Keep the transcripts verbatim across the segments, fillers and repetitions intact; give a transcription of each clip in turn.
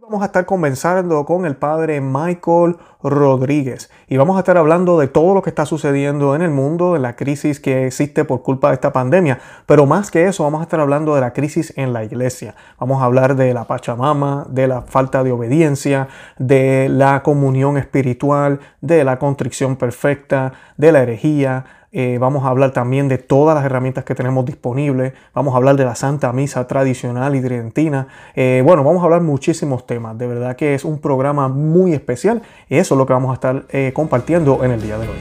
Vamos a estar conversando con el padre Michael Rodríguez y vamos a estar hablando de todo lo que está sucediendo en el mundo, de la crisis que existe por culpa de esta pandemia, pero más que eso vamos a estar hablando de la crisis en la iglesia. Vamos a hablar de la Pachamama, de la falta de obediencia, de la comunión espiritual, de la contrición perfecta, de la herejía. Eh, vamos a hablar también de todas las herramientas que tenemos disponibles. Vamos a hablar de la Santa Misa tradicional y tridentina. Eh, bueno, vamos a hablar muchísimos temas. De verdad que es un programa muy especial y eso es lo que vamos a estar eh, compartiendo en el día de hoy.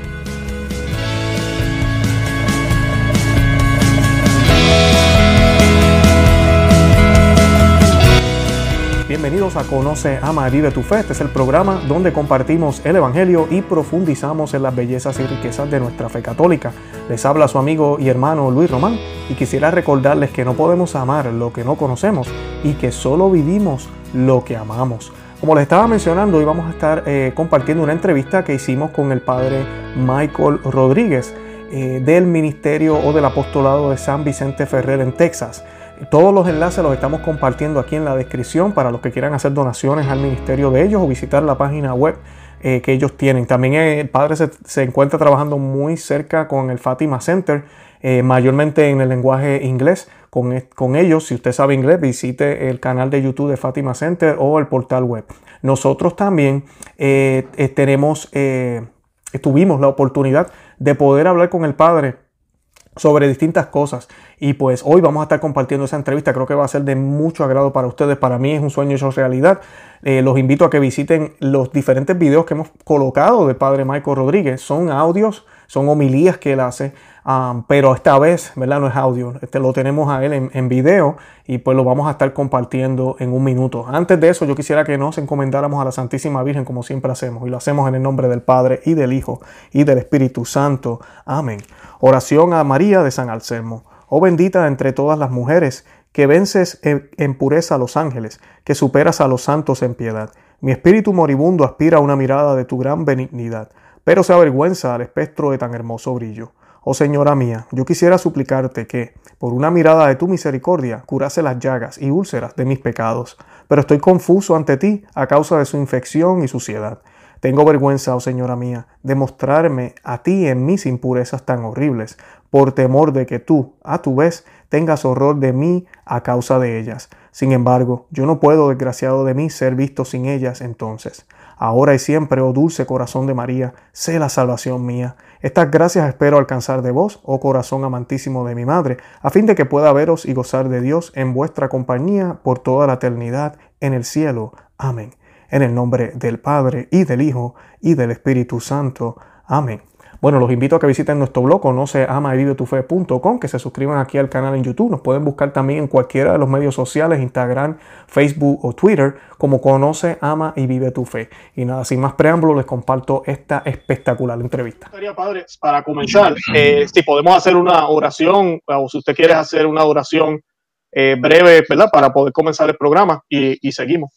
Bienvenidos a Conoce, Ama y Vive tu Fe. Este es el programa donde compartimos el Evangelio y profundizamos en las bellezas y riquezas de nuestra fe católica. Les habla su amigo y hermano Luis Román y quisiera recordarles que no podemos amar lo que no conocemos y que solo vivimos lo que amamos. Como les estaba mencionando, hoy vamos a estar eh, compartiendo una entrevista que hicimos con el padre Michael Rodríguez eh, del Ministerio o del Apostolado de San Vicente Ferrer en Texas. Todos los enlaces los estamos compartiendo aquí en la descripción para los que quieran hacer donaciones al ministerio de ellos o visitar la página web eh, que ellos tienen. También eh, el padre se, se encuentra trabajando muy cerca con el Fátima Center, eh, mayormente en el lenguaje inglés. Con, con ellos, si usted sabe inglés, visite el canal de YouTube de Fátima Center o el portal web. Nosotros también eh, eh, tenemos, eh, tuvimos la oportunidad de poder hablar con el padre sobre distintas cosas y pues hoy vamos a estar compartiendo esa entrevista. Creo que va a ser de mucho agrado para ustedes. Para mí es un sueño hecho realidad. Eh, los invito a que visiten los diferentes videos que hemos colocado del padre Michael Rodríguez. Son audios, son homilías que él hace, um, pero esta vez, ¿verdad? No es audio, este lo tenemos a él en, en video y pues lo vamos a estar compartiendo en un minuto. Antes de eso, yo quisiera que nos encomendáramos a la Santísima Virgen como siempre hacemos y lo hacemos en el nombre del Padre y del Hijo y del Espíritu Santo. Amén. Oración a María de San Anselmo. Oh bendita entre todas las mujeres, que vences en, en pureza a los ángeles, que superas a los santos en piedad. Mi espíritu moribundo aspira a una mirada de tu gran benignidad, pero se avergüenza al espectro de tan hermoso brillo. Oh Señora mía, yo quisiera suplicarte que, por una mirada de tu misericordia, curase las llagas y úlceras de mis pecados, pero estoy confuso ante ti a causa de su infección y suciedad. Tengo vergüenza, oh Señora mía, de mostrarme a ti en mis impurezas tan horribles, por temor de que tú, a tu vez, tengas horror de mí a causa de ellas. Sin embargo, yo no puedo, desgraciado de mí, ser visto sin ellas entonces. Ahora y siempre, oh dulce corazón de María, sé la salvación mía. Estas gracias espero alcanzar de vos, oh corazón amantísimo de mi madre, a fin de que pueda veros y gozar de Dios en vuestra compañía por toda la eternidad en el cielo. Amén. En el nombre del Padre, y del Hijo, y del Espíritu Santo. Amén. Bueno, los invito a que visiten nuestro blog, conoce ama y vive tu fe punto com, que se suscriban aquí al canal en YouTube. Nos pueden buscar también en cualquiera de los medios sociales, Instagram, Facebook o Twitter, como Conoce, Ama y Vive tu Fe. Y nada, sin más preámbulo, les comparto esta espectacular entrevista. Padre, para comenzar, eh, si podemos hacer una oración, o si usted quiere hacer una oración eh, breve, ¿verdad? Para poder comenzar el programa y, y seguimos.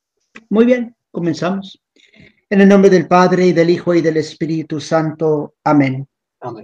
Muy bien, comenzamos. En el nombre del Padre, y del Hijo, y del Espíritu Santo. Amén. Amén.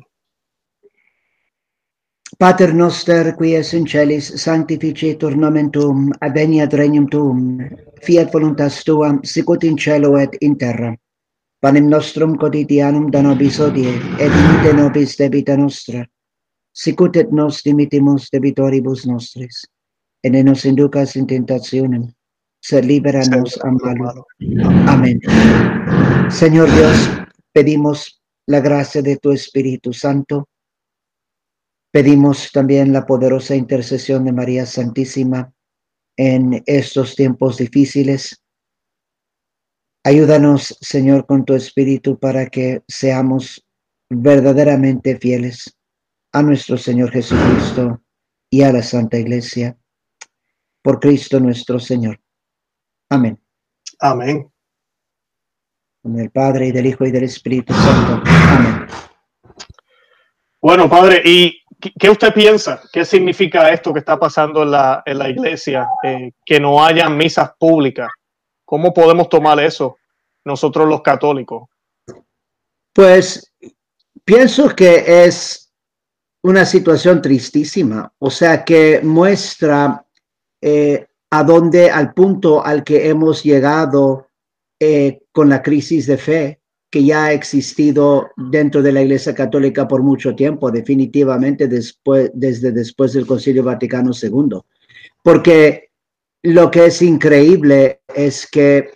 Pater noster, qui es in celis, sanctificetur nomen tuum, adveniat regnum tuum, fiat voluntas tua, sicut in cielo et in terra. Panem nostrum quotidianum da nobis hodie, et dimite nobis debita nostra, sicut et nos dimitimus debitoribus nostris. Et ne nos inducas in tentationem, sed líbranos a malo. Amén. Señor Dios, pedimos la gracia de tu Espíritu Santo. Pedimos también la poderosa intercesión de María Santísima en estos tiempos difíciles. Ayúdanos, Señor, con tu Espíritu para que seamos verdaderamente fieles a nuestro Señor Jesucristo y a la Santa Iglesia. Por Cristo nuestro Señor. Amén. Amén. En el Padre, y del Hijo, y del Espíritu Santo. Amén. Bueno, Padre, ¿y qué usted piensa? ¿Qué significa esto que está pasando en la, en la iglesia? Eh, que no haya misas públicas. ¿Cómo podemos tomar eso nosotros los católicos? Pues pienso que es una situación tristísima. O sea, que muestra eh, a donde, al punto al que hemos llegado eh, con la crisis de fe que ya ha existido dentro de la Iglesia Católica por mucho tiempo, definitivamente después, desde después del Concilio Vaticano segundo. Porque lo que es increíble es que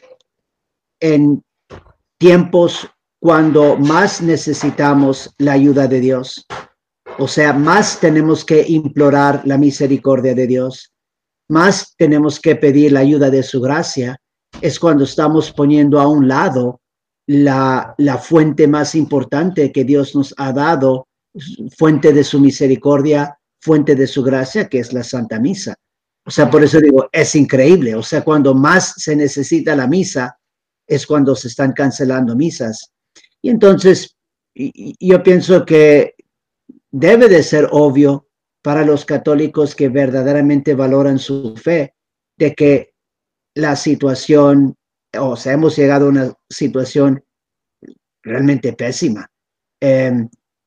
en tiempos cuando más necesitamos la ayuda de Dios, o sea, más tenemos que implorar la misericordia de Dios, más tenemos que pedir la ayuda de su gracia, es cuando estamos poniendo a un lado la, la fuente más importante que Dios nos ha dado, fuente de su misericordia, fuente de su gracia, que es la Santa Misa. O sea, por eso digo, es increíble. O sea, cuando más se necesita la misa, es cuando se están cancelando misas. Y entonces, yo pienso que debe de ser obvio para los católicos que verdaderamente valoran su fe, de que la situación, o sea, hemos llegado a una situación realmente pésima, eh,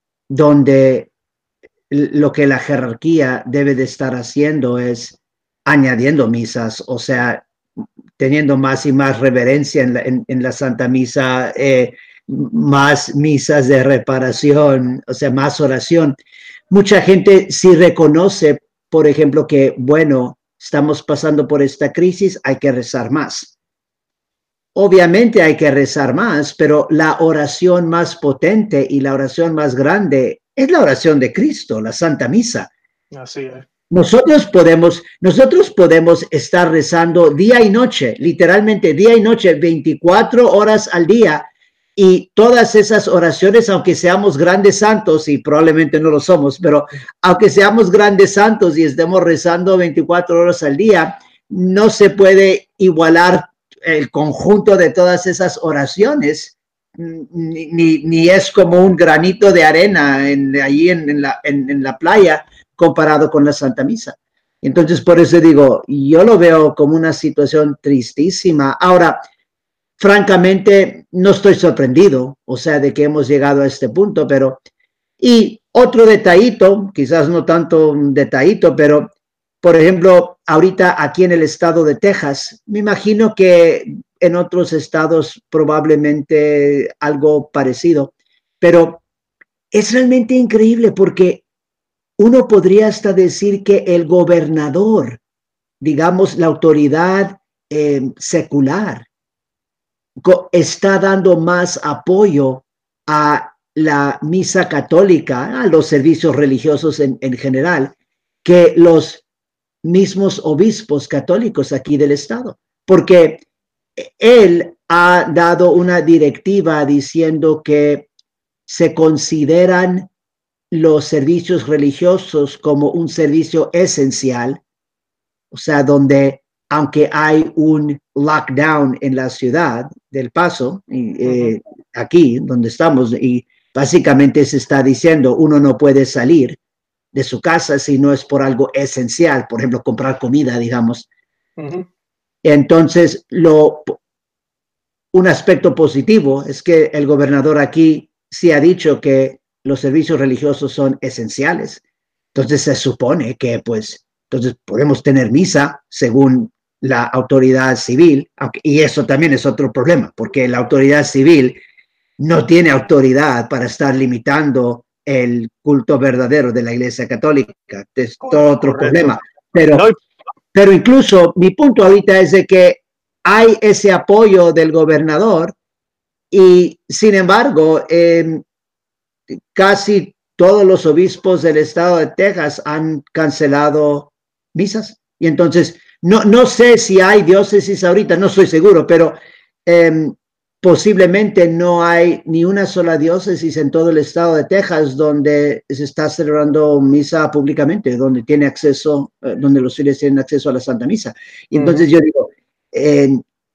donde lo que la jerarquía debe de estar haciendo es añadiendo misas, o sea, teniendo más y más reverencia en la, en, en la Santa Misa, eh, más misas de reparación, o sea, más oración. Mucha gente sí reconoce, por ejemplo, que, bueno, estamos pasando por esta crisis, hay que rezar más. Obviamente hay que rezar más, pero la oración más potente y la oración más grande es la oración de Cristo, la Santa Misa. Así es. Nosotros podemos, nosotros podemos estar rezando día y noche, literalmente día y noche, veinticuatro horas al día, y todas esas oraciones, aunque seamos grandes santos, y probablemente no lo somos, pero aunque seamos grandes santos y estemos rezando veinticuatro horas al día, no se puede igualar el conjunto de todas esas oraciones, ni, ni, ni es como un granito de arena en, allí en, en, la, en, en la playa, comparado con la Santa Misa. Entonces, por eso digo, yo lo veo como una situación tristísima. Ahora, francamente, no estoy sorprendido, o sea, de que hemos llegado a este punto, pero, y otro detallito, quizás no tanto un detallito, pero, por ejemplo, ahorita aquí en el estado de Texas, me imagino que en otros estados probablemente algo parecido, pero es realmente increíble porque uno podría hasta decir que el gobernador, digamos, la autoridad eh, secular, está dando más apoyo a la misa católica, a los servicios religiosos en, en general, que los mismos obispos católicos aquí del estado, porque él ha dado una directiva diciendo que se consideran los servicios religiosos como un servicio esencial, o sea, donde aunque hay un lockdown en la ciudad del Paso, eh, uh-huh. aquí donde estamos, y básicamente se está diciendo uno no puede salir de su casa si no es por algo esencial, por ejemplo, comprar comida, digamos. Uh-huh. Entonces, lo, un aspecto positivo es que el gobernador aquí sí ha dicho que los servicios religiosos son esenciales. Entonces se supone que pues, entonces podemos tener misa según la autoridad civil, aunque, y eso también es otro problema, porque la autoridad civil no tiene autoridad para estar limitando el culto verdadero de la Iglesia Católica. Es todo otro Correcto. problema. Pero, no. pero incluso mi punto ahorita es de que hay ese apoyo del gobernador y sin embargo, eh, casi todos los obispos del estado de Texas han cancelado misas. Y entonces, no, no sé si hay diócesis ahorita, no estoy seguro, pero eh, posiblemente no hay ni una sola diócesis en todo el estado de Texas donde se está celebrando misa públicamente, donde tiene acceso, eh, donde los fieles tienen acceso a la Santa Misa. Y entonces uh-huh. yo digo, eh,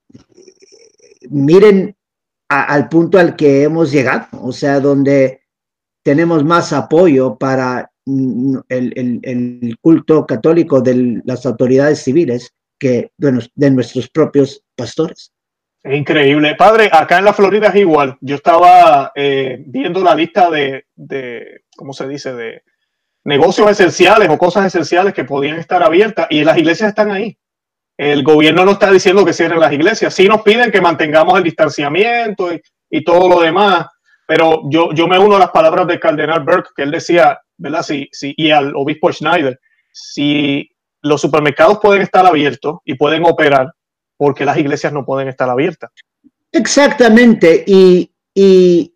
miren a, al punto al que hemos llegado, o sea, donde tenemos más apoyo para el, el, el culto católico de las autoridades civiles que de, de nuestros propios pastores. Es increíble. Padre, acá en la Florida es igual. Yo estaba eh, viendo la lista de, de, ¿cómo se dice?, de negocios esenciales o cosas esenciales que podían estar abiertas y las iglesias están ahí. El gobierno no está diciendo que cierren las iglesias, sí nos piden que mantengamos el distanciamiento y, y todo lo demás, pero yo, yo me uno a las palabras del cardenal Burke, que él decía, ¿verdad? Si, si, y al obispo Schneider, si los supermercados pueden estar abiertos y pueden operar, ¿por qué las iglesias no pueden estar abiertas? Exactamente, y, y,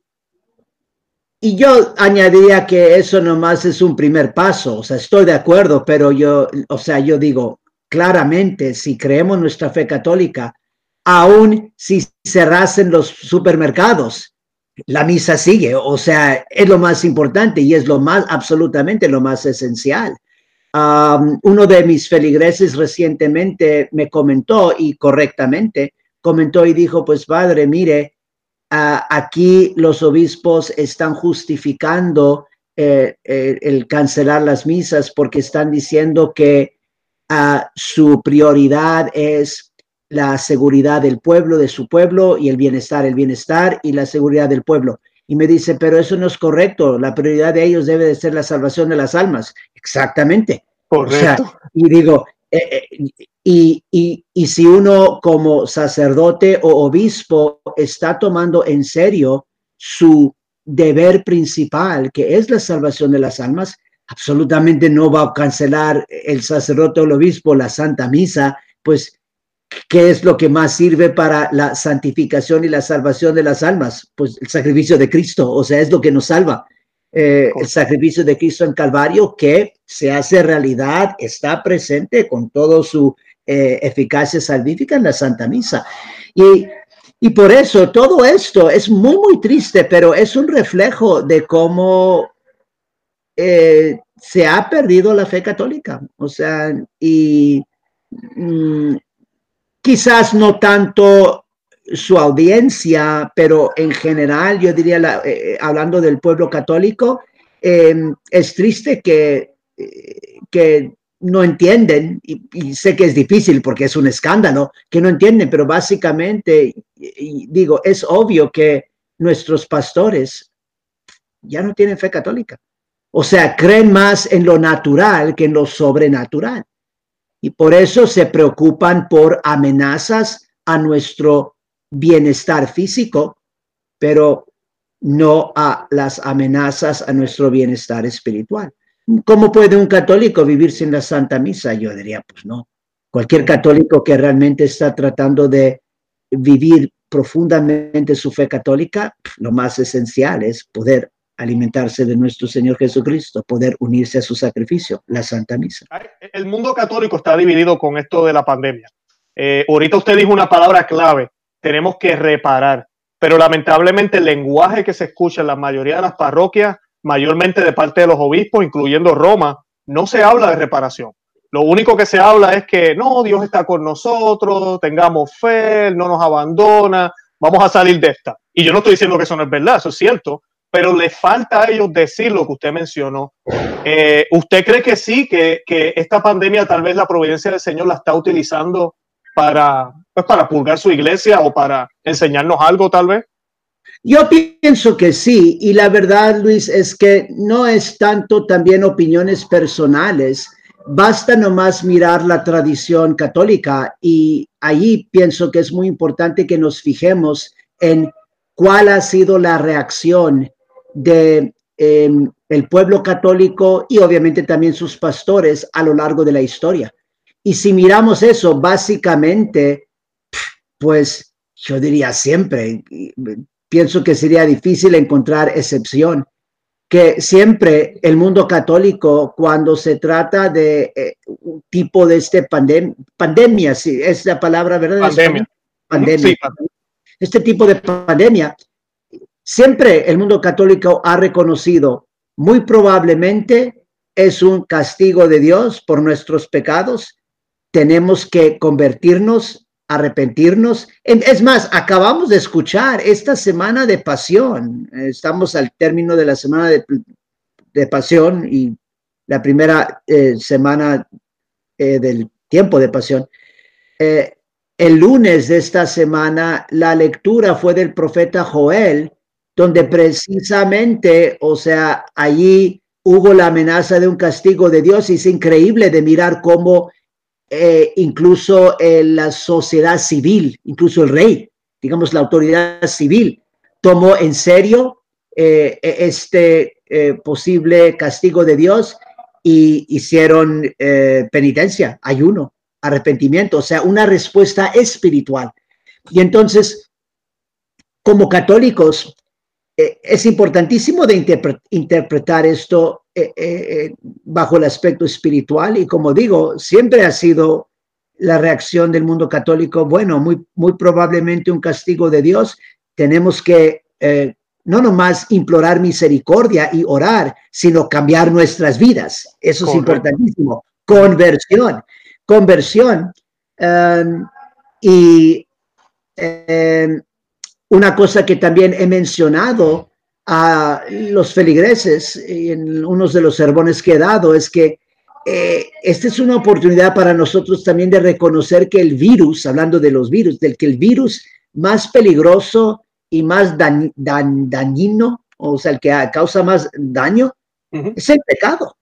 y yo añadiría que eso nomás es un primer paso, o sea, estoy de acuerdo, pero yo, o sea, yo digo, claramente, si creemos nuestra fe católica, aún si cerrasen los supermercados, la misa sigue, o sea, es lo más importante y es lo más, absolutamente lo más esencial. Um, uno de mis feligreses recientemente me comentó, y correctamente, comentó y dijo, pues padre, mire, uh, aquí los obispos están justificando eh, eh, el cancelar las misas porque están diciendo que uh, su prioridad es la seguridad del pueblo, de su pueblo, y el bienestar, el bienestar y la seguridad del pueblo. Y me dice, pero eso no es correcto, la prioridad de ellos debe de ser la salvación de las almas. Exactamente. Correcto. O sea, y digo, eh, eh, y, y, y si uno como sacerdote o obispo está tomando en serio su deber principal, que es la salvación de las almas, absolutamente no va a cancelar el sacerdote o el obispo la Santa Misa, pues ¿qué es lo que más sirve para la santificación y la salvación de las almas? Pues el sacrificio de Cristo, o sea, es lo que nos salva. Eh, el sacrificio de Cristo en Calvario que se hace realidad, está presente con toda su eh, eficacia salvífica en la Santa Misa. Y, y por eso todo esto es muy, muy triste, pero es un reflejo de cómo eh, se ha perdido la fe católica. O sea, y... Mm, quizás no tanto su audiencia, pero en general, yo diría, la, eh, hablando del pueblo católico, eh, es triste que, eh, que no entienden, y, y sé que es difícil porque es un escándalo, que no entienden, pero básicamente, y, y digo, es obvio que nuestros pastores ya no tienen fe católica. O sea, creen más en lo natural que en lo sobrenatural. Y por eso se preocupan por amenazas a nuestro bienestar físico, pero no a las amenazas a nuestro bienestar espiritual. ¿Cómo puede un católico vivir sin la Santa Misa? Yo diría, pues no. Cualquier católico que realmente está tratando de vivir profundamente su fe católica, lo más esencial es poder alimentarse de nuestro Señor Jesucristo, poder unirse a su sacrificio, la Santa Misa. El mundo católico está dividido con esto de la pandemia. Eh, ahorita usted dijo una palabra clave, tenemos que reparar, pero lamentablemente el lenguaje que se escucha en la mayoría de las parroquias, mayormente de parte de los obispos, incluyendo Roma, no se habla de reparación. Lo único que se habla es que no, Dios está con nosotros, tengamos fe, Él no nos abandona, vamos a salir de esta. Y yo no estoy diciendo que eso no es verdad, eso es cierto, pero le falta a ellos decir lo que usted mencionó. Eh, ¿Usted cree que sí, que, que esta pandemia tal vez la providencia del Señor la está utilizando para, pues, para purgar su iglesia o para enseñarnos algo tal vez? Yo pienso que sí, y la verdad, Luis, es que no es tanto también opiniones personales, basta nomás mirar la tradición católica y allí pienso que es muy importante que nos fijemos en cuál ha sido la reacción de eh, el pueblo católico y obviamente también sus pastores a lo largo de la historia. Y si miramos eso, básicamente, pues yo diría siempre, pienso que sería difícil encontrar excepción, que siempre el mundo católico, cuando se trata de eh, un tipo de este pandem pandemia, sí, es la palabra, ¿verdad? Pandemia. Pandemia. Sí. Este tipo de pandemia, siempre el mundo católico ha reconocido, muy probablemente es un castigo de Dios por nuestros pecados, tenemos que convertirnos, arrepentirnos. Es más, acabamos de escuchar esta semana de pasión, estamos al término de la semana de, de pasión y la primera eh, semana eh, del tiempo de pasión. Eh, el lunes de esta semana, la lectura fue del profeta Joel, donde precisamente, o sea, allí hubo la amenaza de un castigo de Dios y es increíble de mirar cómo eh, incluso eh, la sociedad civil, incluso el rey, digamos la autoridad civil, tomó en serio eh, este eh, posible castigo de Dios y hicieron eh, penitencia, ayuno, arrepentimiento, o sea, una respuesta espiritual. Y entonces, como católicos, eh, es importantísimo de interpre interpretar esto eh, eh, bajo el aspecto espiritual y, como digo, siempre ha sido la reacción del mundo católico, bueno, muy, muy probablemente un castigo de Dios, tenemos que eh, no nomás implorar misericordia y orar, sino cambiar nuestras vidas. Eso es Correcto. importantísimo. Conversión, conversión. Um, y um, una cosa que también he mencionado a los feligreses en unos de los sermones que he dado es que eh, esta es una oportunidad para nosotros también de reconocer que el virus, hablando de los virus, del que el virus más peligroso y más dañ, dañ, dañino, o sea, el que causa más daño, uh-huh. es el pecado.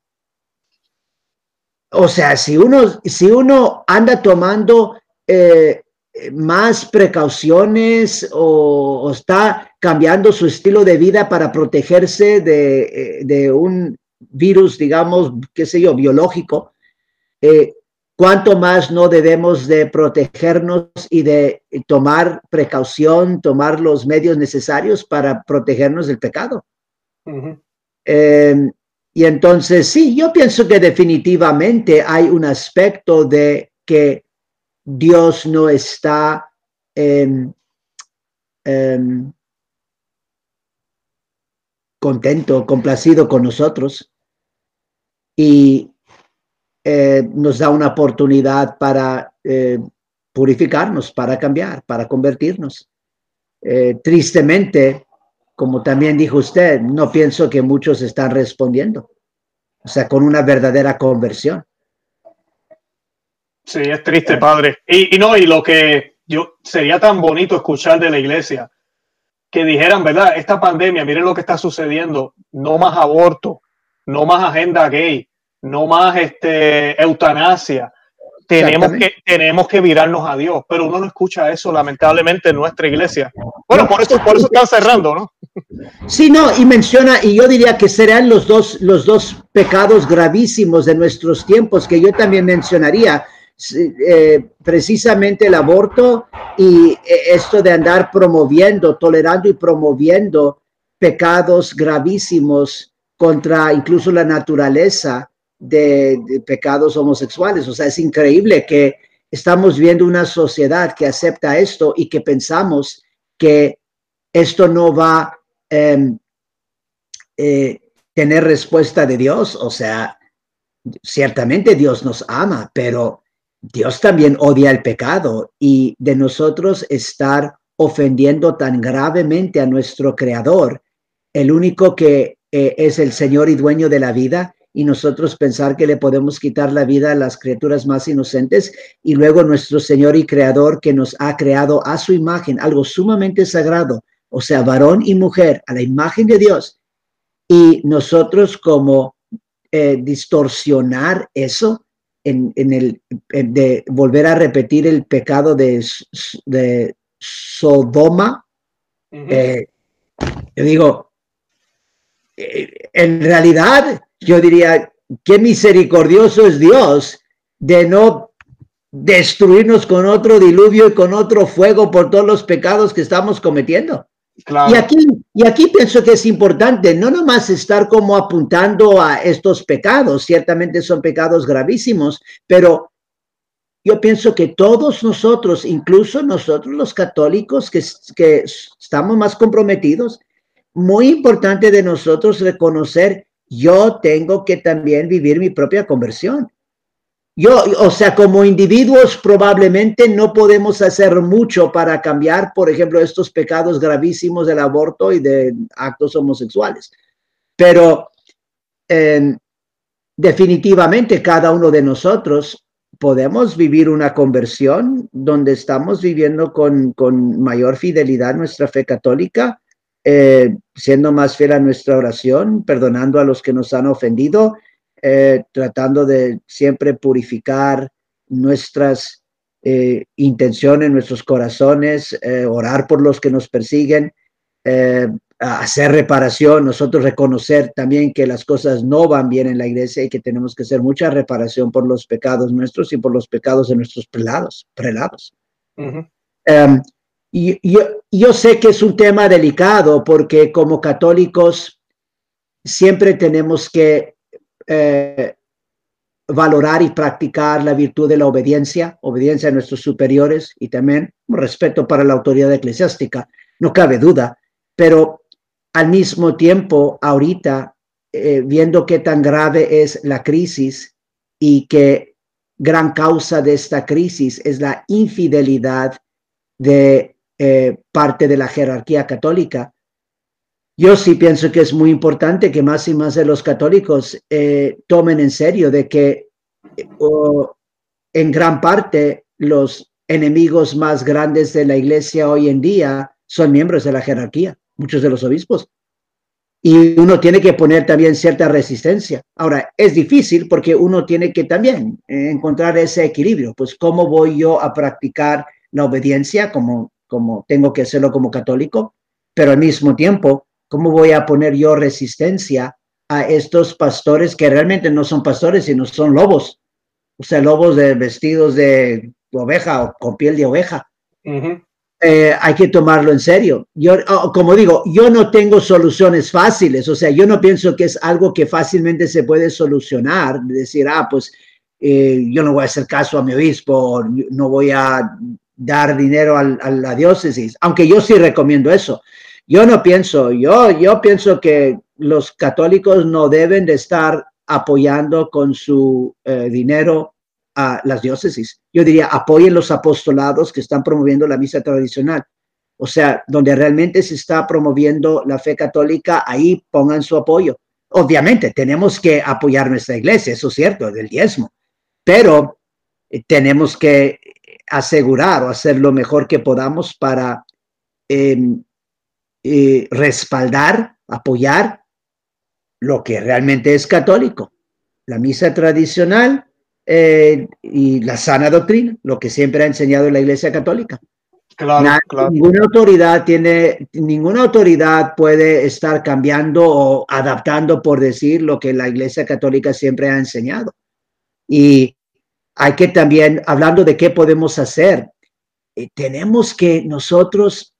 O sea, si uno, si uno anda tomando eh, más precauciones o, o está cambiando su estilo de vida para protegerse de, de un virus, digamos, qué sé yo, biológico, eh, cuánto más no debemos de protegernos y de tomar precaución, tomar los medios necesarios para protegernos del pecado. Uh-huh. eh, y entonces, sí, yo pienso que definitivamente hay un aspecto de que Dios no está eh, eh, contento, complacido con nosotros y eh, nos da una oportunidad para eh, purificarnos, para cambiar, para convertirnos. Eh, tristemente, como también dijo usted, no pienso que muchos están respondiendo, o sea, con una verdadera conversión. Sí, es triste, padre. Y, y no, y lo que yo sería tan bonito escuchar de la iglesia, que dijeran, ¿verdad? Esta pandemia, miren lo que está sucediendo, no más aborto, no más agenda gay, no más este, eutanasia. Tenemos que, tenemos que virarnos a Dios, pero uno no escucha eso, lamentablemente, en nuestra iglesia. Bueno, por eso, por eso están cerrando, ¿no? Sí, no, y menciona, y yo diría que serán los dos, los dos pecados gravísimos de nuestros tiempos, que yo también mencionaría, eh, precisamente el aborto y esto de andar promoviendo, tolerando y promoviendo pecados gravísimos contra incluso la naturaleza de, de pecados homosexuales. O sea, es increíble que estamos viendo una sociedad que acepta esto y que pensamos que esto no va eh, eh, tener respuesta de Dios. O sea, ciertamente Dios nos ama, pero Dios también odia el pecado, y de nosotros estar ofendiendo tan gravemente a nuestro Creador, el único que eh, es el Señor y dueño de la vida, y nosotros pensar que le podemos quitar la vida a las criaturas más inocentes, y luego nuestro Señor y Creador, que nos ha creado a su imagen, algo sumamente sagrado, o sea, varón y mujer, a la imagen de Dios, y nosotros como eh, distorsionar eso, En, en el, en de volver a repetir el pecado de, de Sodoma. Uh-huh. eh, yo digo, eh, en realidad, yo diría, qué misericordioso es Dios de no destruirnos con otro diluvio y con otro fuego por todos los pecados que estamos cometiendo. Claro. Y aquí, y aquí pienso que es importante no nomás estar como apuntando a estos pecados, ciertamente son pecados gravísimos, pero yo pienso que todos nosotros, incluso nosotros los católicos que, que estamos más comprometidos, muy importante de nosotros reconocer, yo tengo que también vivir mi propia conversión. Yo, o sea, como individuos probablemente no podemos hacer mucho para cambiar, por ejemplo, estos pecados gravísimos del aborto y de actos homosexuales. Pero eh, definitivamente cada uno de nosotros podemos vivir una conversión donde estamos viviendo con, con mayor fidelidad nuestra fe católica, eh, siendo más fiel a nuestra oración, perdonando a los que nos han ofendido, Eh, tratando de siempre purificar nuestras eh, intenciones, nuestros corazones, eh, orar por los que nos persiguen, eh, hacer reparación, nosotros reconocer también que las cosas no van bien en la iglesia y que tenemos que hacer mucha reparación por los pecados nuestros y por los pecados de nuestros prelados. prelados. Uh-huh. um, y, yo, yo sé que es un tema delicado porque como católicos siempre tenemos que eh, valorar y practicar la virtud de la obediencia, obediencia a nuestros superiores y también respeto para la autoridad eclesiástica, no cabe duda, pero al mismo tiempo, ahorita, eh, viendo qué tan grave es la crisis y que gran causa de esta crisis es la infidelidad de eh, parte de la jerarquía católica, yo sí pienso que es muy importante que más y más de los católicos eh, tomen en serio de que oh, en gran parte los enemigos más grandes de la iglesia hoy en día son miembros de la jerarquía, muchos de los obispos. Y uno tiene que poner también cierta resistencia. Ahora, es difícil porque uno tiene que también encontrar ese equilibrio. Pues, ¿cómo voy yo a practicar la obediencia como, como tengo que hacerlo como católico? Pero al mismo tiempo, ¿cómo voy a poner yo resistencia a estos pastores que realmente no son pastores, sino son lobos? O sea, lobos de vestidos de oveja o con piel de oveja. Uh-huh. Eh, hay que tomarlo en serio. Yo, oh, como digo, yo no tengo soluciones fáciles, o sea, yo no pienso que es algo que fácilmente se puede solucionar, decir, ah, pues eh, yo no voy a hacer caso a mi obispo, no voy a dar dinero a, a la diócesis, aunque yo sí recomiendo eso. Yo no pienso, yo, yo pienso que los católicos no deben de estar apoyando con su eh, dinero a las diócesis. Yo diría, apoyen los apostolados que están promoviendo la misa tradicional. O sea, donde realmente se está promoviendo la fe católica, ahí pongan su apoyo. Obviamente, tenemos que apoyar nuestra iglesia, eso es cierto, del diezmo, pero eh, tenemos que asegurar o hacer lo mejor que podamos para eh, eh, respaldar, apoyar lo que realmente es católico, la misa tradicional, Eh, y la sana doctrina, lo que siempre ha enseñado la Iglesia Católica. Claro, Nadie, claro. Ninguna autoridad tiene, ninguna autoridad puede estar cambiando o adaptando, por decir, lo que la Iglesia Católica siempre ha enseñado. Y hay que también, hablando de qué podemos hacer, eh, tenemos que nosotros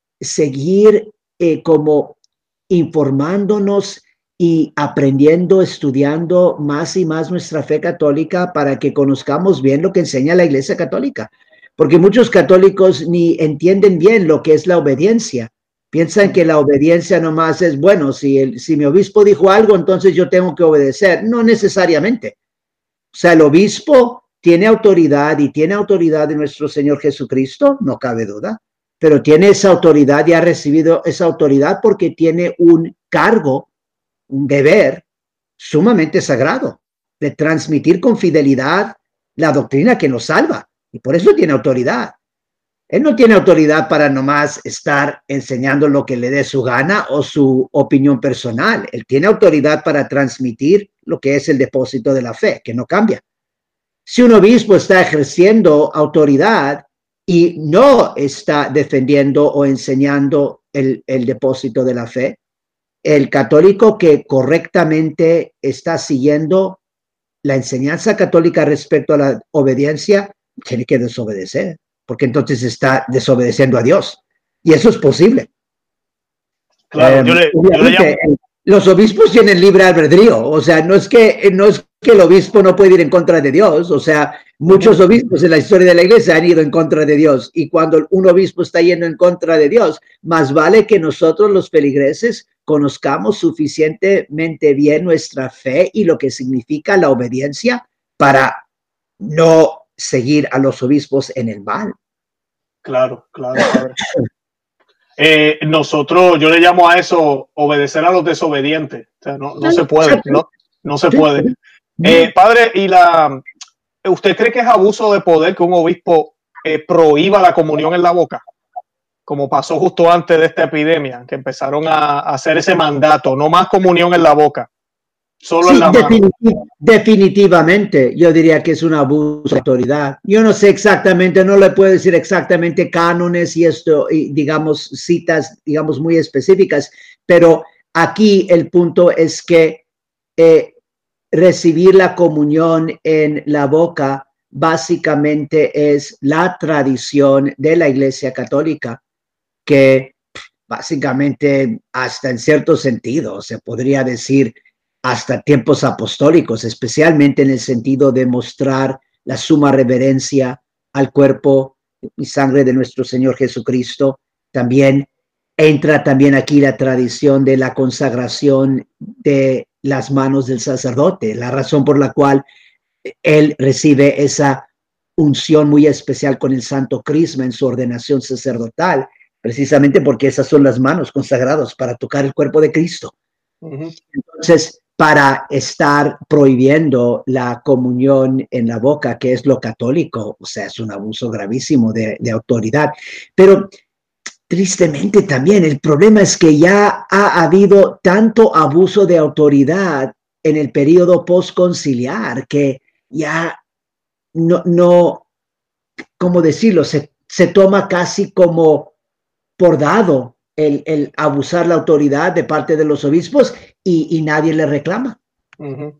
seguir eh, como informándonos y aprendiendo, estudiando más y más nuestra fe católica para que conozcamos bien lo que enseña la Iglesia Católica. Porque muchos católicos ni entienden bien lo que es la obediencia. Piensan que la obediencia nomás es, bueno, si, el, si mi obispo dijo algo, entonces yo tengo que obedecer. No necesariamente. O sea, el obispo tiene autoridad y tiene autoridad de nuestro Señor Jesucristo, no cabe duda, pero tiene esa autoridad y ha recibido esa autoridad porque tiene un cargo, un deber sumamente sagrado de transmitir con fidelidad la doctrina que nos salva, y por eso tiene autoridad. Él no tiene autoridad para nomás estar enseñando lo que le dé su gana o su opinión personal. Él tiene autoridad para transmitir lo que es el depósito de la fe, que no cambia. Si un obispo está ejerciendo autoridad y no está defendiendo o enseñando el, el depósito de la fe, el católico que correctamente está siguiendo la enseñanza católica respecto a la obediencia tiene que desobedecer, porque entonces está desobedeciendo a Dios. Y eso es posible. Claro, eh, yo le, yo le llamo... Los obispos tienen libre albedrío, o sea, no es que no es que el obispo no puede ir en contra de Dios, o sea, muchos obispos en la historia de la iglesia han ido en contra de Dios, y cuando un obispo está yendo en contra de Dios, más vale que nosotros los feligreses conozcamos suficientemente bien nuestra fe y lo que significa la obediencia para no seguir a los obispos en el mal. Claro, claro, claro. Eh, nosotros, yo le llamo a eso obedecer a los desobedientes. O sea, no, no se puede, no, no se puede. Eh, padre, y la, ¿usted cree que es abuso de poder que un obispo eh, prohíba la comunión en la boca? Como pasó justo antes de esta epidemia, que empezaron a, a hacer ese mandato, no más comunión en la boca. solo sí, en la mano. Definitivamente, yo diría que es un abuso de autoridad. Yo no sé exactamente, no le puedo decir exactamente cánones y esto, y digamos, citas, digamos, muy específicas, pero aquí el punto es que eh, recibir la comunión en la boca básicamente es la tradición de la Iglesia Católica, que básicamente hasta en cierto sentido se podría decir hasta tiempos apostólicos, especialmente en el sentido de mostrar la suma reverencia al cuerpo y sangre de nuestro Señor Jesucristo. También entra también aquí la tradición de la consagración de las manos del sacerdote, la razón por la cual él recibe esa unción muy especial con el Santo Crisma en su ordenación sacerdotal, precisamente porque esas son las manos consagradas para tocar el cuerpo de Cristo. Uh-huh. Entonces, para estar prohibiendo la comunión en la boca, que es lo católico, o sea, es un abuso gravísimo de, de autoridad. Pero tristemente también el problema es que ya ha habido tanto abuso de autoridad en el periodo postconciliar que ya no, no, ¿cómo decirlo? Se, se toma casi como por dado el, el abusar la autoridad de parte de los obispos y, y nadie le reclama. Uh-huh.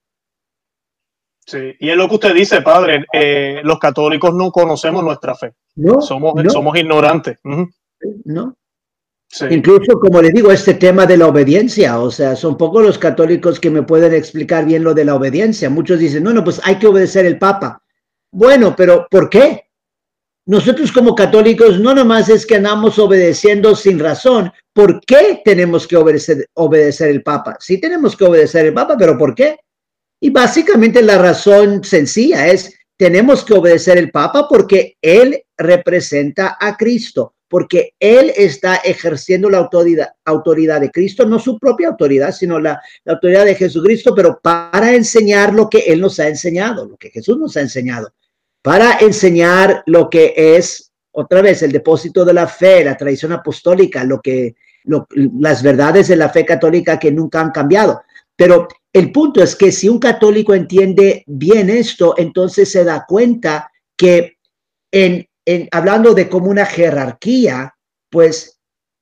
Sí, y es lo que usted dice, padre, eh, los católicos no conocemos nuestra fe. No, somos, no. somos ignorantes. Uh-huh. No. Sí. Incluso, como les digo, este tema de la obediencia, o sea, son pocos los católicos que me pueden explicar bien lo de la obediencia. Muchos dicen, no, no, pues hay que obedecer el Papa. Bueno, pero ¿por qué? Nosotros como católicos no nomás es que andamos obedeciendo sin razón. ¿Por qué tenemos que obedecer, obedecer el Papa? Sí tenemos que obedecer el Papa, pero ¿por qué? Y básicamente la razón sencilla es, tenemos que obedecer el Papa porque él representa a Cristo, porque él está ejerciendo la autoridad, autoridad de Cristo, no su propia autoridad, sino la, la autoridad de Jesucristo, pero para enseñar lo que él nos ha enseñado, lo que Jesús nos ha enseñado, para enseñar lo que es, otra vez, el depósito de la fe, la tradición apostólica, lo que, lo, las verdades de la fe católica que nunca han cambiado. Pero el punto es que si un católico entiende bien esto, entonces se da cuenta que en, en hablando de como una jerarquía, pues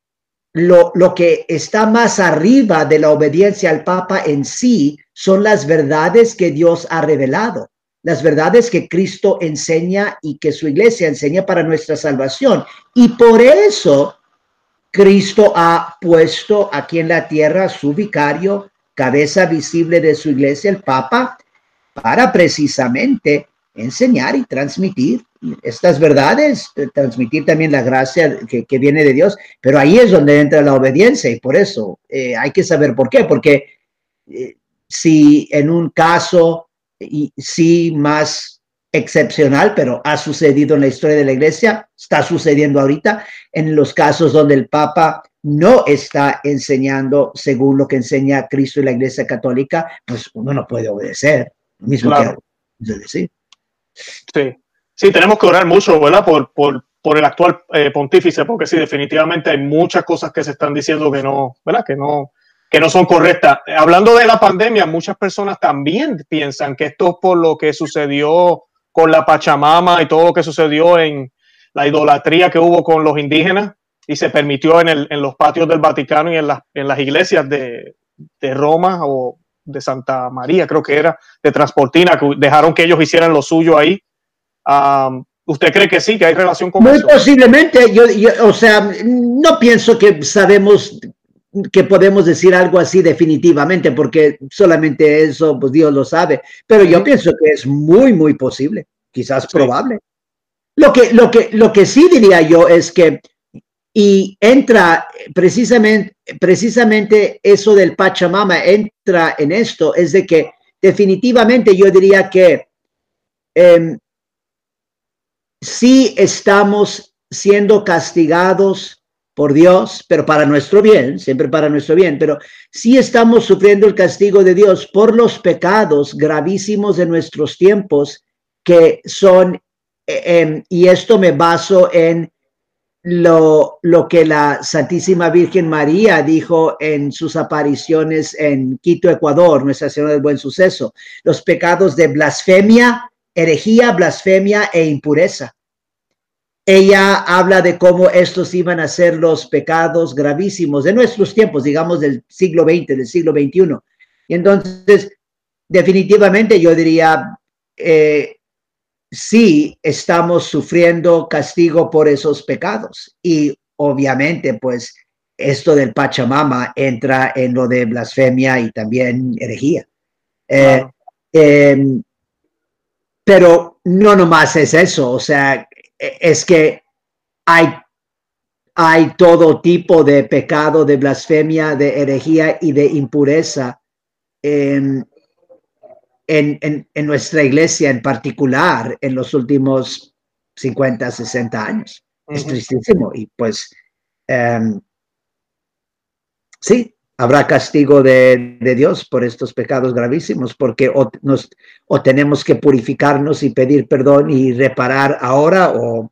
lo, lo que está más arriba de la obediencia al Papa en sí son las verdades que Dios ha revelado, las verdades que Cristo enseña y que su iglesia enseña para nuestra salvación. Y por eso Cristo ha puesto aquí en la tierra a su vicario, cabeza visible de su iglesia, el Papa, para precisamente enseñar y transmitir estas verdades, transmitir también la gracia que, que viene de Dios, pero ahí es donde entra la obediencia y por eso eh, hay que saber por qué, porque eh, si en un caso, y sí más excepcional, pero ha sucedido en la historia de la iglesia, está sucediendo ahorita, en los casos donde el Papa no está enseñando según lo que enseña Cristo y la Iglesia Católica, pues uno no puede obedecer, lo mismo claro. que decir. Sí, sí, tenemos que orar mucho, ¿verdad? Por, por, por el actual eh, pontífice, porque sí, definitivamente hay muchas cosas que se están diciendo que no, ¿verdad? Que no, que no son correctas. Hablando de la pandemia, muchas personas también piensan que esto es por lo que sucedió con la Pachamama y todo lo que sucedió en la idolatría que hubo con los indígenas y se permitió en, el, en los patios del Vaticano y en, la, en las iglesias de, de Roma o de Santa María, creo que era, de Transportina, que dejaron que ellos hicieran lo suyo ahí. Um, ¿Usted cree que sí, que hay relación con Muy eso? Muy posiblemente, yo, yo, o sea, no pienso que sabemos que podemos decir algo así definitivamente, porque solamente eso, pues Dios lo sabe, pero yo uh-huh. pienso que es muy, muy posible, quizás sí. probable. Lo que, lo, que, lo que sí diría yo es que, y entra precisamente, precisamente eso del Pachamama, entra en esto, es de que definitivamente yo diría que eh, sí estamos siendo castigados por Dios, pero para nuestro bien, siempre para nuestro bien, pero sí estamos sufriendo el castigo de Dios por los pecados gravísimos de nuestros tiempos, que son, eh, eh, y esto me baso en lo, lo que la Santísima Virgen María dijo en sus apariciones en Quito, Ecuador, Nuestra Señora del Buen Suceso, los pecados de blasfemia, herejía, blasfemia e impureza. Ella habla de cómo estos iban a ser los pecados gravísimos de nuestros tiempos, digamos del siglo veinte, del siglo veintiuno. Y entonces, definitivamente yo diría, eh, sí estamos sufriendo castigo por esos pecados. Y obviamente, pues, esto del Pachamama entra en lo de blasfemia y también herejía. Claro. Eh, eh, pero no nomás es eso, o sea, es que hay, hay todo tipo de pecado, de blasfemia, de herejía y de impureza en, en, en, en nuestra iglesia en particular en los últimos cincuenta, sesenta años. Uh-huh. Es tristísimo y pues um, sí, habrá castigo de, de Dios por estos pecados gravísimos, porque o, nos, o tenemos que purificarnos y pedir perdón y reparar ahora o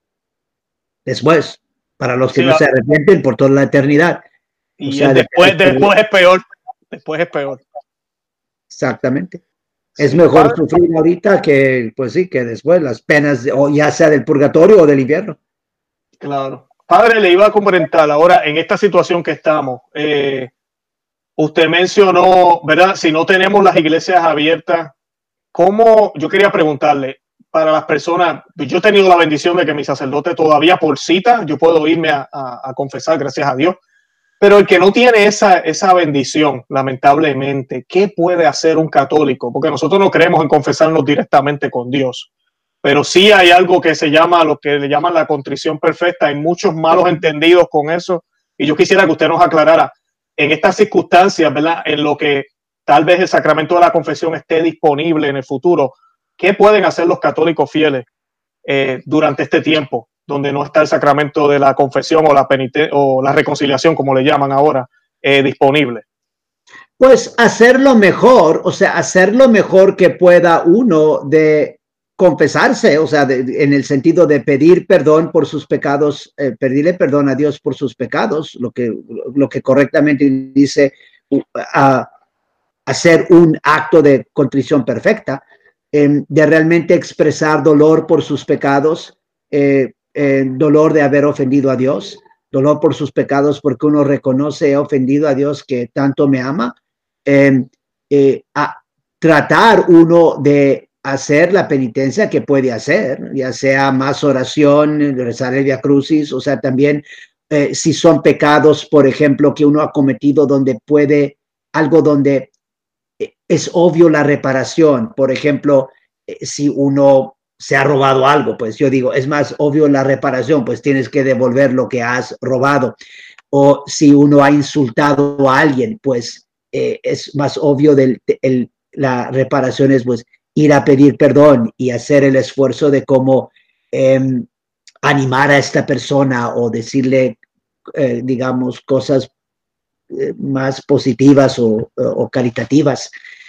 después, para los que sí, no se arrepienten por toda la eternidad. Y o sea, después, de, después es peor, después es peor. Exactamente. Es sí, mejor padre. Sufrir ahorita que, pues sí, que después las penas, o ya sea del purgatorio o del infierno. Claro. Padre, le iba a comentar ahora, en esta situación que estamos, eh, usted mencionó, ¿verdad? Si no tenemos las iglesias abiertas, ¿cómo? Yo quería preguntarle, para las personas, yo he tenido la bendición de que mi sacerdote todavía por cita, yo puedo irme a, a, a confesar, gracias a Dios, pero el que no tiene esa, esa bendición, lamentablemente, ¿qué puede hacer un católico? Porque nosotros no creemos en confesarnos directamente con Dios, pero sí hay algo que se llama, lo que le llaman la contrición perfecta. Hay muchos malos entendidos con eso, y yo quisiera que usted nos aclarara, en estas circunstancias, ¿verdad? En lo que tal vez el sacramento de la confesión esté disponible en el futuro, ¿qué pueden hacer los católicos fieles eh, durante este tiempo, donde no está el sacramento de la confesión o la, peniten- o la reconciliación, como le llaman ahora, eh, disponible? Pues hacerlo mejor, o sea, hacer lo mejor que pueda uno de confesarse, o sea, de, en el sentido de pedir perdón por sus pecados, eh, pedirle perdón a Dios por sus pecados, lo que, lo que correctamente dice, uh, uh, hacer un acto de contrición perfecta, eh, de realmente expresar dolor por sus pecados, eh, eh, dolor de haber ofendido a Dios, dolor por sus pecados porque uno reconoce, he ofendido a Dios que tanto me ama, eh, eh, a tratar uno de hacer la penitencia que puede hacer, ya sea más oración, rezar el Via Crucis, o sea, también eh, si son pecados, por ejemplo, que uno ha cometido donde puede, algo donde es obvio la reparación, por ejemplo, eh, si uno se ha robado algo, pues yo digo, es más obvio la reparación, pues tienes que devolver lo que has robado, o si uno ha insultado a alguien, pues eh, es más obvio del, el, la reparación es pues ir a pedir perdón y hacer el esfuerzo de cómo eh, animar a esta persona o decirle, eh, digamos, cosas eh, más positivas o, o caritativas.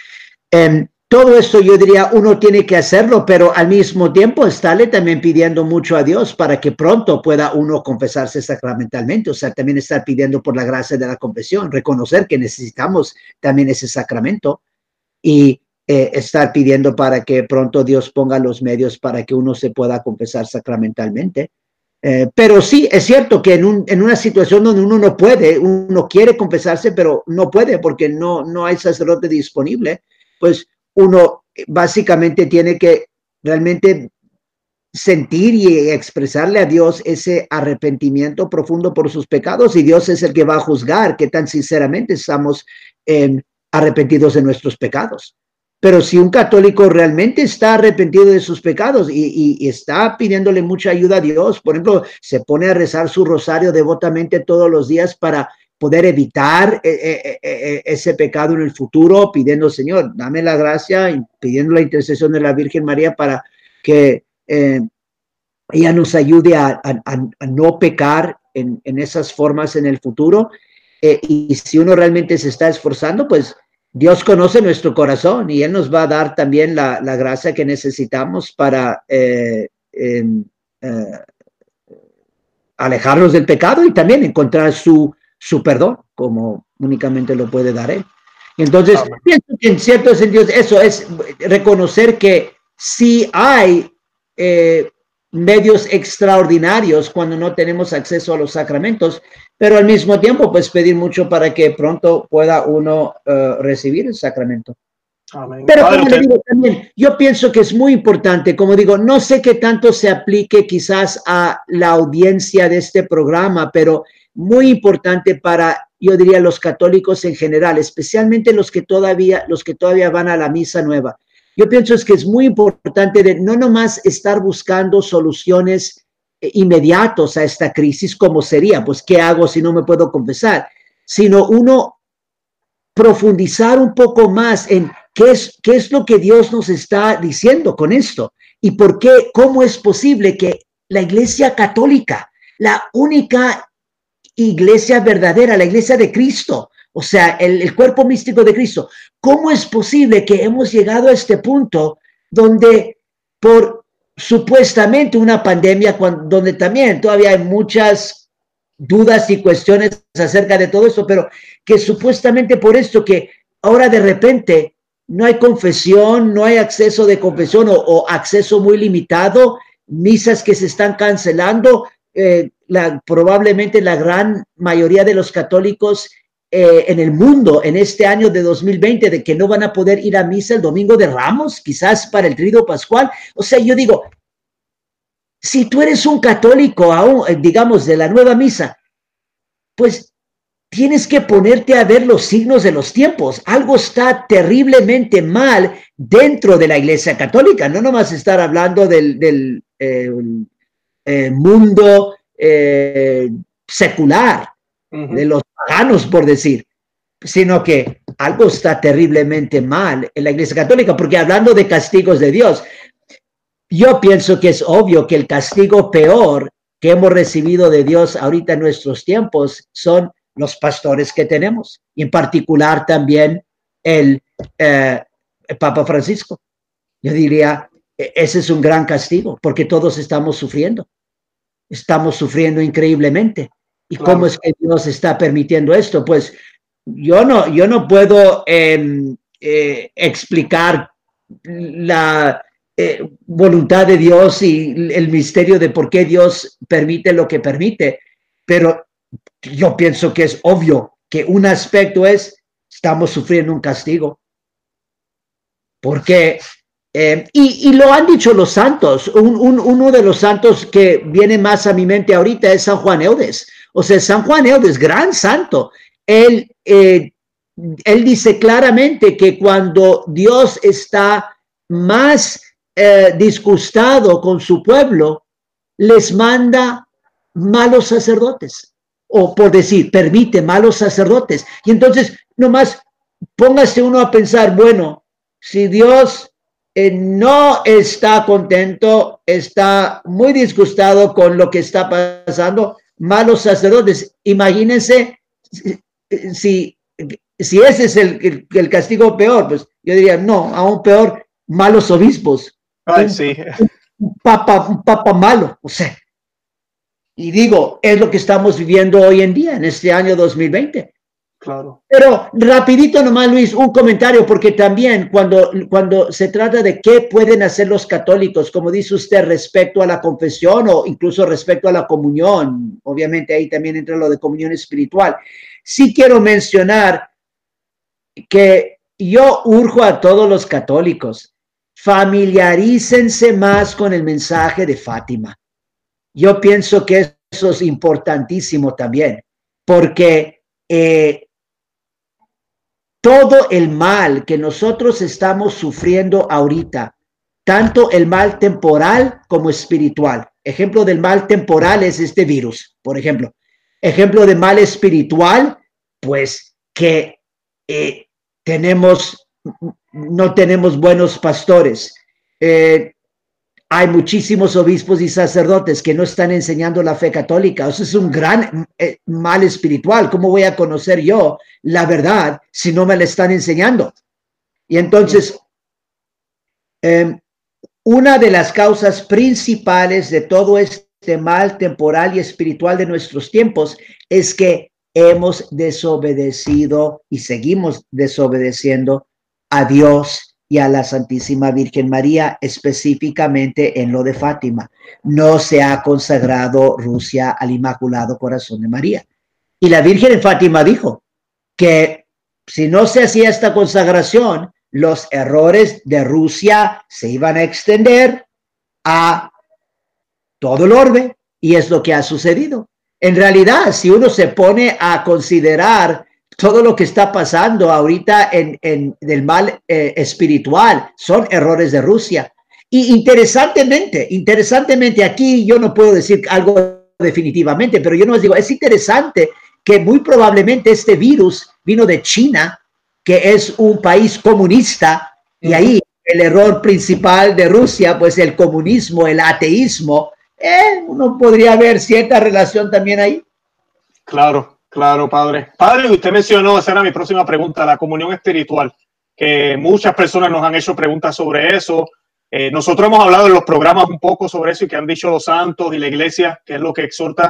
Eh, todo esto yo diría, uno tiene que hacerlo, pero al mismo tiempo estarle también pidiendo mucho a Dios para que pronto pueda uno confesarse sacramentalmente, o sea, también estar pidiendo por la gracia de la confesión, reconocer que necesitamos también ese sacramento y eh, estar pidiendo para que pronto Dios ponga los medios para que uno se pueda confesar sacramentalmente. Eh, pero sí, es cierto que en, un, en una situación donde uno no puede, uno quiere confesarse, pero no puede porque no, no hay sacerdote disponible, pues uno básicamente tiene que realmente sentir y expresarle a Dios ese arrepentimiento profundo por sus pecados, y Dios es el que va a juzgar que tan sinceramente estamos eh, arrepentidos de nuestros pecados. Pero si un católico realmente está arrepentido de sus pecados y, y, y está pidiéndole mucha ayuda a Dios, por ejemplo, se pone a rezar su rosario devotamente todos los días para poder evitar eh, eh, eh, ese pecado en el futuro, pidiendo, Señor, dame la gracia, y pidiendo la intercesión de la Virgen María para que eh, ella nos ayude a, a, a no pecar en, en esas formas en el futuro. Eh, y si uno realmente se está esforzando, pues Dios conoce nuestro corazón y Él nos va a dar también la, la gracia que necesitamos para eh, eh, eh, alejarnos del pecado y también encontrar su, su perdón, como únicamente lo puede dar Él. Entonces, Amén. Pienso que en ciertos sentidos eso es reconocer que sí hay eh, medios extraordinarios cuando no tenemos acceso a los sacramentos, pero al mismo tiempo, pues pedir mucho para que pronto pueda uno uh, recibir el sacramento. Amén. Pero como le digo también, yo pienso que es muy importante, como digo, no sé qué tanto se aplique quizás a la audiencia de este programa, pero muy importante para, yo diría, los católicos en general, especialmente los que todavía, los que todavía van a la misa nueva. Yo pienso es que es muy importante de no nomás estar buscando soluciones inmediatas a esta crisis, como sería, pues, ¿qué hago si no me puedo confesar? Sino uno profundizar un poco más en qué es, qué es lo que Dios nos está diciendo con esto y por qué, cómo es posible que la Iglesia Católica, la única iglesia verdadera, la iglesia de Cristo, o sea, el, el cuerpo místico de Cristo, ¿cómo es posible que hemos llegado a este punto donde por supuestamente una pandemia, cuando, donde también todavía hay muchas dudas y cuestiones acerca de todo esto, pero que supuestamente por esto que ahora de repente no hay confesión, no hay acceso de confesión o, o acceso muy limitado, misas que se están cancelando, eh, la, probablemente la gran mayoría de los católicos eh, en el mundo en este año de dos mil veinte de que no van a poder ir a misa el domingo de Ramos, quizás para el Tríduo Pascual. O sea, yo digo, si tú eres un católico aún, digamos, de la nueva misa, pues tienes que ponerte a ver los signos de los tiempos. Algo está terriblemente mal dentro de la Iglesia Católica, no nomás estar hablando del, del eh, eh, mundo eh, secular, uh-huh. de los paganos, por decir, sino que algo está terriblemente mal en la Iglesia Católica, porque hablando de castigos de Dios, yo pienso que es obvio que el castigo peor que hemos recibido de Dios ahorita en nuestros tiempos son los pastores que tenemos, y en particular también el, eh, el Papa Francisco. Yo diría, ese es un gran castigo, porque todos estamos sufriendo. Estamos sufriendo increíblemente. ¿Y claro. cómo es que Dios está permitiendo esto? Pues yo no, yo no puedo eh, eh, explicar la eh, voluntad de Dios y el misterio de por qué Dios permite lo que permite, pero yo pienso que es obvio que un aspecto es, estamos sufriendo un castigo. Porque, eh, y, y lo han dicho los santos, un, un, uno de los santos que viene más a mi mente ahorita es San Juan Eudes. O sea, San Juan Eudes, gran santo, él, eh, él dice claramente que cuando Dios está más eh, disgustado con su pueblo, les manda malos sacerdotes. O por decir, permite malos sacerdotes. Y entonces, nomás póngase uno a pensar, bueno, si Dios eh, no está contento, está muy disgustado con lo que está pasando, malos sacerdotes, imagínense si, si, si ese es el, el, el castigo peor, pues yo diría, no, aún peor, malos obispos. Ay, un, sí. un, papa, un papa malo, o sea. Y digo, es lo que estamos viviendo hoy en día, en este año dos mil veinte. Claro. Pero rapidito nomás, Luis, un comentario, porque también cuando, cuando se trata de qué pueden hacer los católicos, como dice usted, respecto a la confesión o incluso respecto a la comunión, obviamente ahí también entra lo de comunión espiritual. Sí quiero mencionar que yo urjo a todos los católicos, familiarícense más con el mensaje de Fátima. Yo pienso que eso es importantísimo también, porque eh, todo el mal que nosotros estamos sufriendo ahorita, tanto el mal temporal como espiritual. Ejemplo del mal temporal es este virus, por ejemplo. Ejemplo de mal espiritual, pues que eh, tenemos, no tenemos buenos pastores. Eh, Hay muchísimos obispos y sacerdotes que no están enseñando la fe católica. Eso es un gran eh, mal espiritual. ¿Cómo voy a conocer yo la verdad si no me la están enseñando? Y entonces, eh, una de las causas principales de todo este este mal temporal y espiritual de nuestros tiempos es que hemos desobedecido y seguimos desobedeciendo a Dios y a la Santísima Virgen María, específicamente en lo de Fátima. No se ha consagrado Rusia al Inmaculado Corazón de María. Y la Virgen en Fátima dijo que si no se hacía esta consagración, los errores de Rusia se iban a extender a todo el orbe, y es lo que ha sucedido. En realidad, si uno se pone a considerar todo lo que está pasando ahorita en, en el mal eh, espiritual, son errores de Rusia. Y interesantemente, interesantemente, aquí yo no puedo decir algo definitivamente, pero yo no les digo, es interesante que muy probablemente este virus vino de China, que es un país comunista, y ahí el error principal de Rusia, pues el comunismo, el ateísmo, eh, uno podría ver cierta relación también ahí. Claro, claro, padre. Padre, usted mencionó, esa era mi próxima pregunta, la comunión espiritual, que muchas personas nos han hecho preguntas sobre eso. Eh, nosotros hemos hablado en los programas un poco sobre eso y que han dicho los santos y la iglesia, que es lo que exhorta,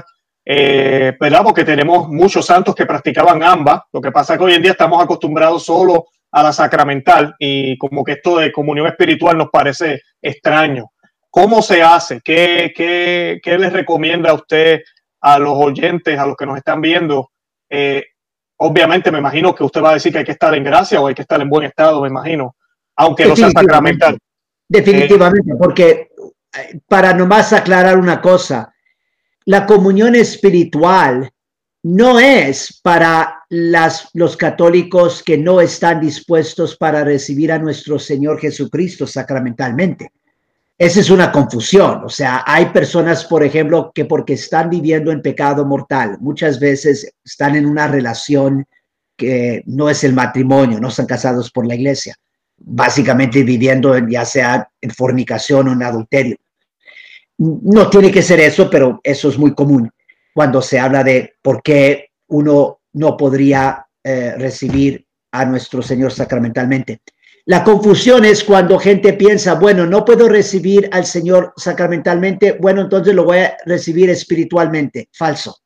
eh, ¿verdad? Porque tenemos muchos santos que practicaban ambas. Lo que pasa es que hoy en día estamos acostumbrados solo a la sacramental y como que esto de comunión espiritual nos parece extraño. ¿Cómo se hace? ¿Qué, qué, qué les recomienda a usted, a los oyentes, a los que nos están viendo? Eh, obviamente me imagino que usted va a decir que hay que estar en gracia o hay que estar en buen estado, me imagino, aunque no sea sacramental. Definitivamente, eh, porque para nomás aclarar una cosa, la comunión espiritual no es para las, los católicos que no están dispuestos para recibir a nuestro Señor Jesucristo sacramentalmente. Esa es una confusión. O sea, hay personas, por ejemplo, que porque están viviendo en pecado mortal, muchas veces están en una relación que no es el matrimonio, no están casados por la iglesia, básicamente viviendo ya sea en fornicación o en adulterio. No tiene que ser eso, pero eso es muy común cuando se habla de por qué uno no podría eh, recibir a nuestro Señor sacramentalmente. La confusión es cuando gente piensa, bueno, no puedo recibir al Señor sacramentalmente, bueno, entonces lo voy a recibir espiritualmente. Falso.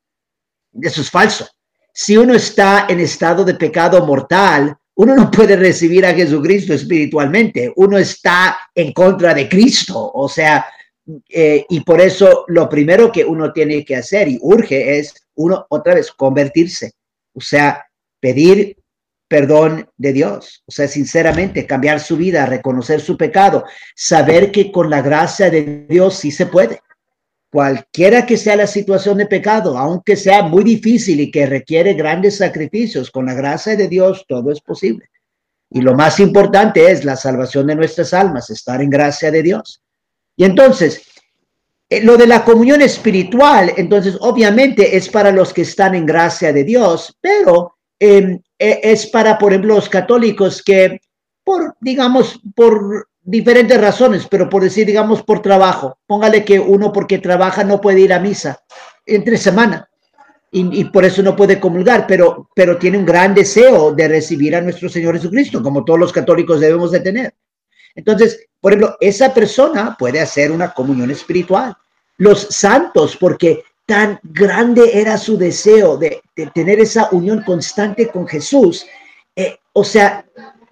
Eso es falso. Si uno está en estado de pecado mortal, uno no puede recibir a Jesucristo espiritualmente. Uno está en contra de Cristo. O sea, eh, y por eso lo primero que uno tiene que hacer y urge es uno otra vez convertirse. O sea, pedir perdón de Dios, o sea, sinceramente cambiar su vida, reconocer su pecado, saber que con la gracia de Dios sí se puede. Cualquiera que sea la situación de pecado, aunque sea muy difícil y que requiere grandes sacrificios, con la gracia de Dios todo es posible. Y lo más importante es la salvación de nuestras almas, estar en gracia de Dios. Y entonces, eh, lo de la comunión espiritual, entonces obviamente es para los que están en gracia de Dios, pero eh, es para, por ejemplo, los católicos que, por, digamos, por diferentes razones, pero por decir, digamos, por trabajo, póngale que uno porque trabaja no puede ir a misa entre semana y, y por eso no puede comulgar, pero, pero tiene un gran deseo de recibir a nuestro Señor Jesucristo, como todos los católicos debemos de tener. Entonces, por ejemplo, esa persona puede hacer una comunión espiritual. Los santos, porque tan grande era su deseo de, de tener esa unión constante con Jesús. Eh, o sea,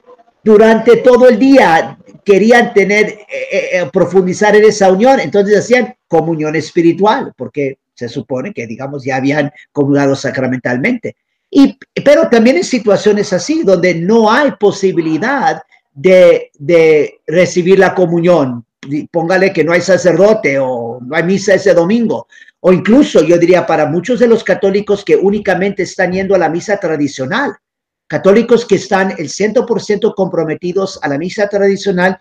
durante todo el día querían tener, eh, eh, profundizar en esa unión, entonces hacían comunión espiritual, porque se supone que, digamos, ya habían comulgado sacramentalmente. Y, pero también en situaciones así, donde no hay posibilidad de, de recibir la comunión, póngale que no hay sacerdote o no hay misa ese domingo, o incluso yo diría para muchos de los católicos que únicamente están yendo a la misa tradicional, católicos que están el cien por ciento comprometidos a la misa tradicional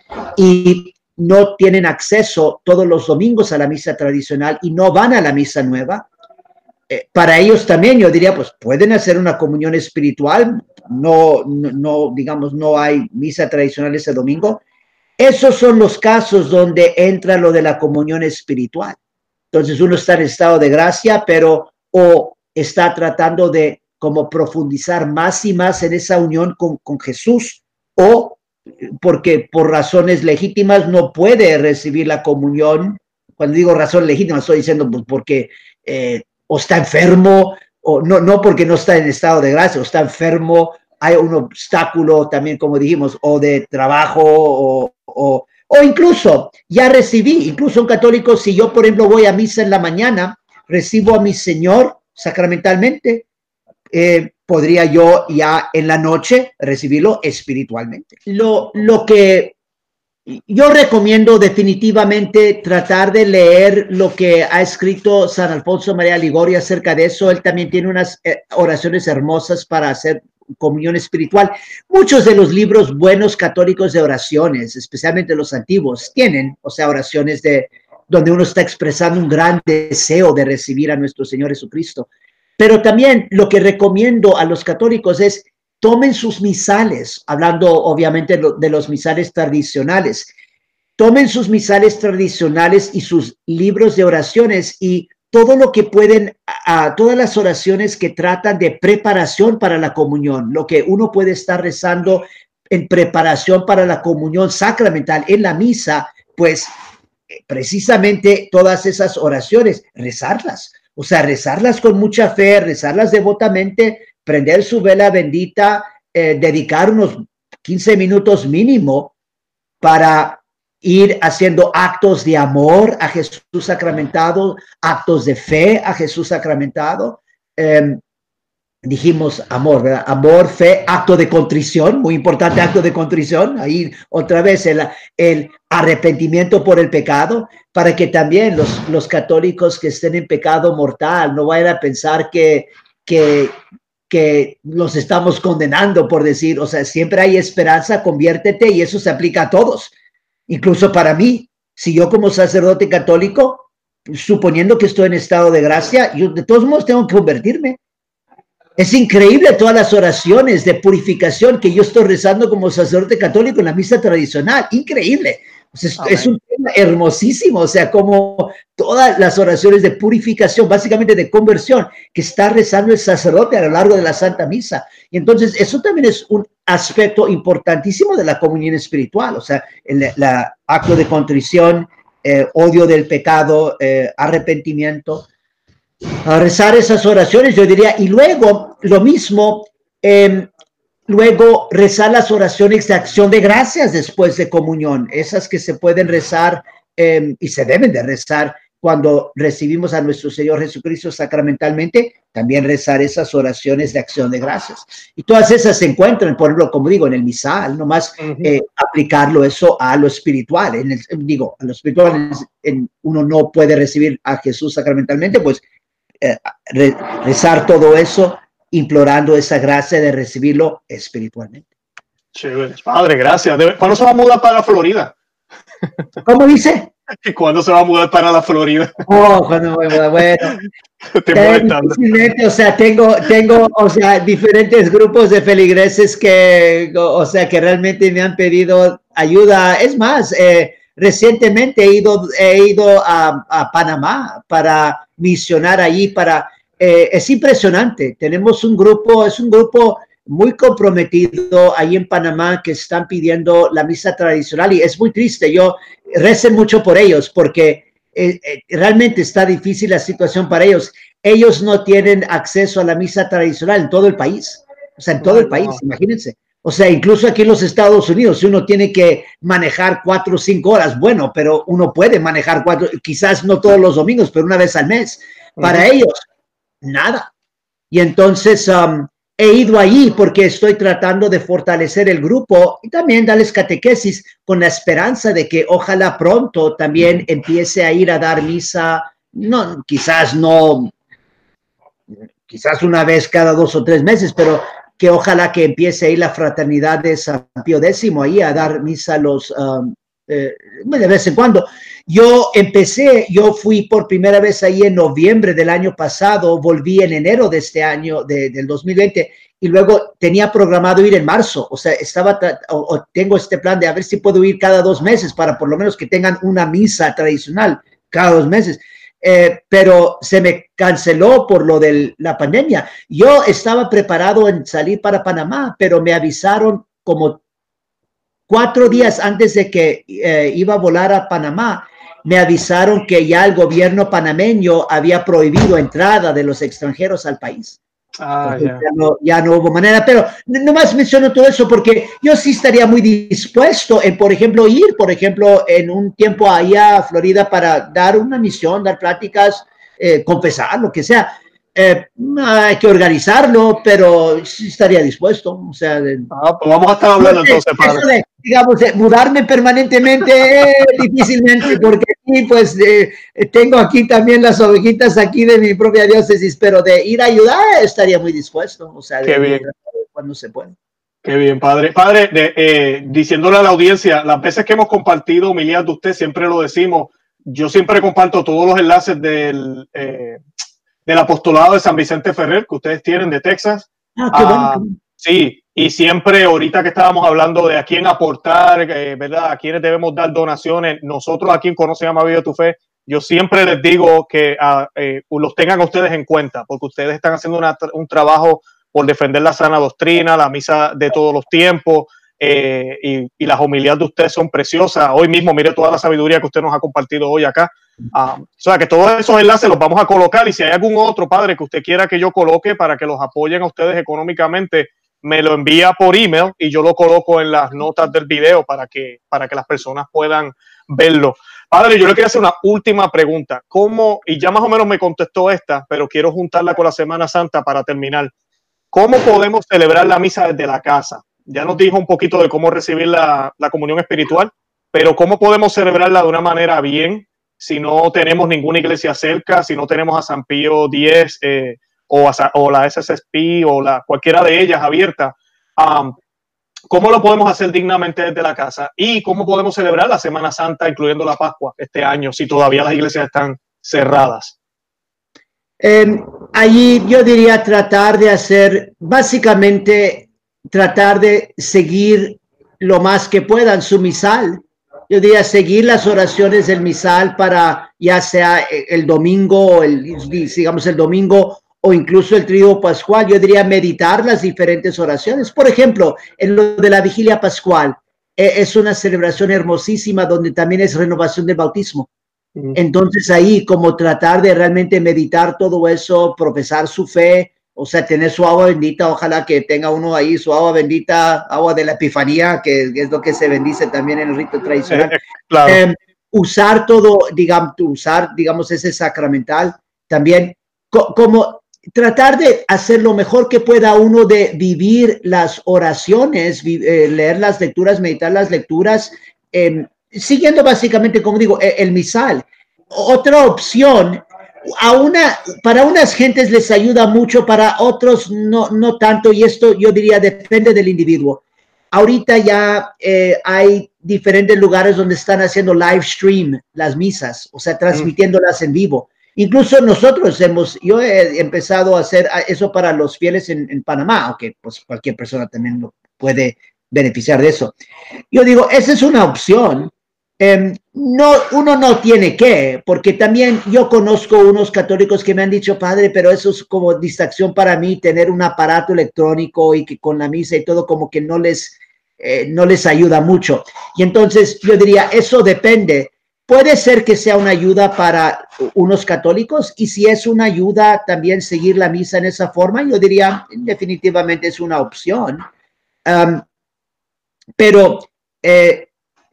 y no tienen acceso todos los domingos a la misa tradicional y no van a la misa nueva, eh, para ellos también yo diría, pues pueden hacer una comunión espiritual, no, no, no, digamos, no hay misa tradicional ese domingo. Esos son los casos donde entra lo de la comunión espiritual. Entonces uno está en estado de gracia, pero o está tratando de como profundizar más y más en esa unión con, con Jesús, o porque por razones legítimas no puede recibir la comunión cuando digo razón legítima, estoy diciendo pues, porque eh, o está enfermo, o no, no porque no está en estado de gracia, o está enfermo, hay un obstáculo también, como dijimos, o de trabajo, o, o, o incluso ya recibí, incluso un católico, si yo, por ejemplo, voy a misa en la mañana, recibo a mi Señor sacramentalmente, eh, podría yo ya en la noche recibirlo espiritualmente. Lo, lo que yo recomiendo definitivamente tratar de leer lo que ha escrito San Alfonso María Ligorio acerca de eso. Él también tiene unas eh, oraciones hermosas para hacer comunión espiritual. Muchos de los libros buenos católicos de oraciones, especialmente los antiguos, tienen, o sea, oraciones de donde uno está expresando un gran deseo de recibir a nuestro Señor Jesucristo. Pero también lo que recomiendo a los católicos es tomen sus misales, hablando obviamente de los misales tradicionales, tomen sus misales tradicionales y sus libros de oraciones y todo lo que pueden, a, todas las oraciones que tratan de preparación para la comunión, lo que uno puede estar rezando en preparación para la comunión sacramental en la misa, pues precisamente todas esas oraciones, rezarlas, o sea, rezarlas con mucha fe, rezarlas devotamente, prender su vela bendita, eh, dedicar unos quince minutos mínimo para ir haciendo actos de amor a Jesús sacramentado, actos de fe a Jesús sacramentado. Eh, dijimos amor, ¿verdad? Amor, fe, acto de contrición, muy importante acto de contrición. Ahí otra vez el, el arrepentimiento por el pecado, para que también los, los católicos que estén en pecado mortal no vayan a pensar que, que que los estamos condenando por decir, o sea, siempre hay esperanza, conviértete, y eso se aplica a todos, incluso para mí. Si yo como sacerdote católico, suponiendo que estoy en estado de gracia, yo de todos modos tengo que convertirme. Es increíble todas las oraciones de purificación que yo estoy rezando como sacerdote católico en la misa tradicional, increíble. O sea, es, es un tema hermosísimo, o sea, como todas las oraciones de purificación, básicamente de conversión, que está rezando el sacerdote a lo largo de la Santa Misa. Y entonces eso también es un aspecto importantísimo de la comunión espiritual, o sea, el, el acto de contrición, eh, odio del pecado, eh, arrepentimiento. A rezar esas oraciones, yo diría, y luego lo mismo, eh, luego rezar las oraciones de acción de gracias después de comunión, esas que se pueden rezar eh, y se deben de rezar cuando recibimos a nuestro Señor Jesucristo sacramentalmente, también rezar esas oraciones de acción de gracias. Y todas esas se encuentran, por ejemplo, como digo, en el misal, nomás uh-huh. eh, aplicarlo eso a lo espiritual. En el, digo, a lo espiritual en, uno no puede recibir a Jesús sacramentalmente, pues eh, re, rezar todo eso implorando esa gracia de recibirlo espiritualmente. Chévere. Padre, gracias. ¿Cuándo se va a mudar para la Florida? ¿Cómo dice? ¿Y cuándo se va a mudar para la Florida? Oh, cuando me voy a mudar. Bueno, eh, o sea, tengo, tengo, o sea, diferentes grupos de feligreses que, o sea, que realmente me han pedido ayuda. Es más, eh, recientemente he ido, he ido a, a Panamá para misionar allí, para Eh, es impresionante. Tenemos un grupo, es un grupo muy comprometido ahí en Panamá que están pidiendo la misa tradicional y es muy triste. Yo recen mucho por ellos porque eh, eh, realmente está difícil la situación para ellos. Ellos no tienen acceso a la misa tradicional en todo el país. O sea, en todo el país, imagínense. O sea, incluso aquí en los Estados Unidos, uno tiene que manejar cuatro o cinco horas. Bueno, pero uno puede manejar cuatro, quizás no todos los domingos, pero una vez al mes. Para uh-huh. ellos, nada. Y entonces um, he ido allí porque estoy tratando de fortalecer el grupo y también darles catequesis con la esperanza de que ojalá pronto también empiece a ir a dar misa, no, quizás no, quizás una vez cada dos o tres meses, pero que ojalá que empiece a ir la fraternidad de San Pío X ahí a dar misa los, um, eh, de vez en cuando. Yo empecé, yo fui por primera vez ahí en noviembre del año pasado, volví en enero de este año, de, del dos mil veinte, y luego tenía programado ir en marzo, o sea, estaba, o, o tengo este plan de a ver si puedo ir cada dos meses para por lo menos que tengan una misa tradicional cada dos meses, eh, pero se me canceló por lo de la pandemia. Yo estaba preparado en salir para Panamá, pero me avisaron como cuatro días antes de que eh, iba a volar a Panamá. me avisaron que ya el gobierno panameño había prohibido entrada de los extranjeros al país. Ah, ya. Ya, no, ya no hubo manera, pero nomás menciono todo eso porque yo sí estaría muy dispuesto en, por ejemplo, ir, por ejemplo, en un tiempo allá a Florida para dar una misión, dar pláticas, eh, confesar, lo que sea. Eh, hay que organizarlo, pero sí estaría dispuesto. O sea, de, ah, pues vamos a estar hablando no sé, entonces, padre. eso de, digamos, de mudarme permanentemente, eh, difícilmente, porque aquí, pues, eh, tengo aquí también las ovejitas aquí de mi propia diócesis, pero de ir a ayudar estaría muy dispuesto. O sea, de, Qué bien. de cuando se puede. Qué bien, padre. Padre, de, eh, diciéndole a la audiencia, las veces que hemos compartido homilías de usted, siempre lo decimos, yo siempre comparto todos los enlaces del, eh, del apostolado de San Vicente Ferrer que ustedes tienen de Texas. Ah, qué bueno. Ah, sí, y siempre ahorita que estábamos hablando de a quién aportar, eh, ¿verdad? A quiénes debemos dar donaciones, nosotros aquí en Conoce Ama Vive Tu Fe, yo siempre les digo que uh, eh, los tengan ustedes en cuenta, porque ustedes están haciendo una, un trabajo por defender la sana doctrina, la misa de todos los tiempos, eh, y, y las homilías de ustedes son preciosas. Hoy mismo, mire toda la sabiduría que usted nos ha compartido hoy acá. Uh, o sea, que todos esos enlaces los vamos a colocar, y si hay algún otro, padre, que usted quiera que yo coloque para que los apoyen a ustedes económicamente, me lo envía por email y yo lo coloco en las notas del video para que, para que las personas puedan verlo. Padre, yo le quería hacer una última pregunta. ¿Cómo, y ya más o menos me contestó esta, pero quiero juntarla con la Semana Santa para terminar? ¿Cómo podemos celebrar la misa desde la casa? Ya nos dijo un poquito de cómo recibir la, la comunión espiritual, pero ¿cómo podemos celebrarla de una manera bien si no tenemos ninguna iglesia cerca, si no tenemos a San Pío X, eh, o, a, o la S S S P o la, cualquiera de ellas abierta? Um, ¿Cómo lo podemos hacer dignamente desde la casa? ¿Y cómo podemos celebrar la Semana Santa, incluyendo la Pascua, este año, si todavía las iglesias están cerradas? Eh, allí yo diría tratar de hacer, básicamente, tratar de seguir lo más que puedan su misal. Yo diría seguir las oraciones del misal para ya sea el domingo, el, digamos el domingo o incluso el triduo pascual. Yo diría meditar las diferentes oraciones. Por ejemplo, en lo de la vigilia pascual, eh, es una celebración hermosísima donde también es renovación del bautismo. Entonces ahí como tratar de realmente meditar todo eso, profesar su fe, o sea, tener su agua bendita, ojalá que tenga uno ahí su agua bendita, agua de la Epifanía, que es lo que se bendice también en el rito tradicional. Eh, claro. Eh, usar todo, digamos, usar, digamos, ese sacramental también, co como tratar de hacer lo mejor que pueda uno de vivir las oraciones, vi eh, leer las lecturas, meditar las lecturas, eh, siguiendo básicamente, como digo, el, el misal. Otra opción, a una, para unas gentes les ayuda mucho, para otros no, no tanto, y esto yo diría depende del individuo. Ahorita ya eh, hay diferentes lugares donde están haciendo live stream las misas, o sea, transmitiéndolas en vivo. Incluso nosotros hemos, yo he empezado a hacer eso para los fieles en, en Panamá, aunque pues cualquier persona también lo puede beneficiar de eso. Yo digo, esa es una opción. Eh, no, uno no tiene que, porque también yo conozco unos católicos que me han dicho, padre, pero eso es como distracción para mí, tener un aparato electrónico y que con la misa y todo como que no les, eh, no les ayuda mucho. Y entonces yo diría, eso depende. Puede ser que sea una ayuda para unos católicos, y si es una ayuda también seguir la misa en esa forma, yo diría definitivamente es una opción. Um, pero eh,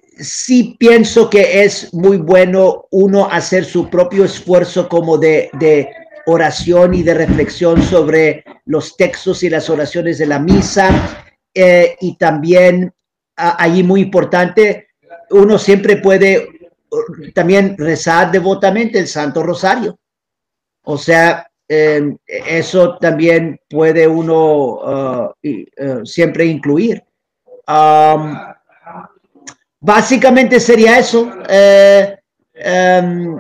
sí pienso que es muy bueno uno hacer su propio esfuerzo como de, de oración y de reflexión sobre los textos y las oraciones de la misa, eh, y también a, allí muy importante, uno siempre puede también rezar devotamente el Santo Rosario. O sea, eh, eso también puede uno uh, y, uh, siempre incluir. Um, básicamente sería eso. Eh, um,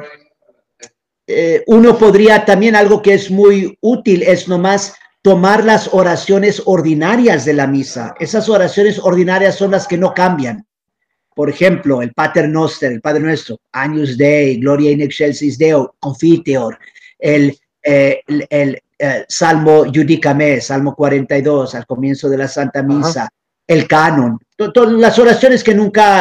eh, uno podría también, algo que es muy útil, es nomás tomar las oraciones ordinarias de la misa. Esas oraciones ordinarias son las que no cambian. Por ejemplo, el Pater Noster, el Padre Nuestro, Agnus Dei, Gloria in excelsis Deo, Confiteor, el, eh, el, el eh, Salmo Judica Me, Salmo cuarenta y dos, al comienzo de la Santa Misa, uh-huh. El Canon, to, to, las oraciones que nunca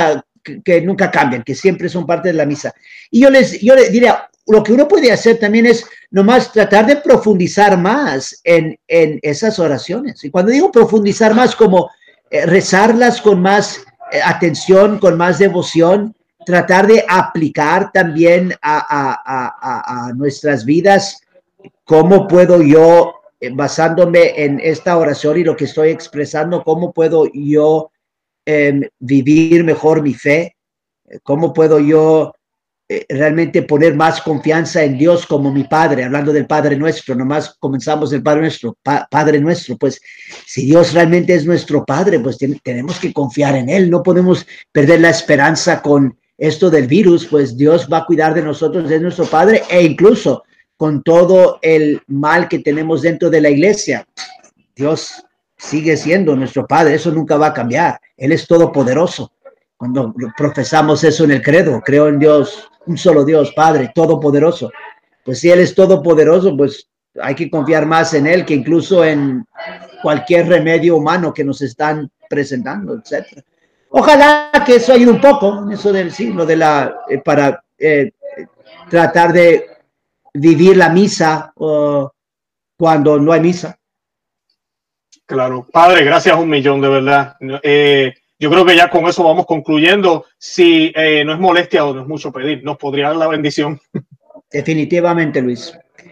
que, que nunca cambian, que siempre son parte de la misa. Y yo les, yo les diría, lo que uno puede hacer también es nomás tratar de profundizar más en, en esas oraciones. Y cuando digo profundizar más, como eh, rezarlas con más eh, atención, con más devoción, tratar de aplicar también a, a, a, a nuestras vidas cómo puedo yo, eh, basándome en esta oración y lo que estoy expresando, cómo puedo yo eh, vivir mejor mi fe, cómo puedo yo eh, realmente poner más confianza en Dios como mi Padre, hablando del Padre Nuestro, nomás comenzamos del Padre Nuestro, pa Padre Nuestro, pues si Dios realmente es nuestro Padre, pues ten tenemos que confiar en Él, no podemos perder la esperanza con esto del virus, pues Dios va a cuidar de nosotros, es nuestro Padre, e incluso con todo el mal que tenemos dentro de la iglesia, Dios sigue siendo nuestro Padre, eso nunca va a cambiar, Él es todopoderoso. Cuando profesamos eso en el credo, creo en Dios, un solo Dios, Padre, todopoderoso. Pues si Él es todopoderoso, pues hay que confiar más en Él que incluso en cualquier remedio humano que nos están presentando, etcétera. Ojalá que eso ayude un poco, eso del signo de la, eh, para eh, tratar de vivir la misa uh, cuando no hay misa. Claro, Padre, gracias un millón, de verdad. Eh, yo creo que ya con eso vamos concluyendo. Si eh, no es molestia o no es mucho pedir, nos podría dar la bendición. Definitivamente, Luis.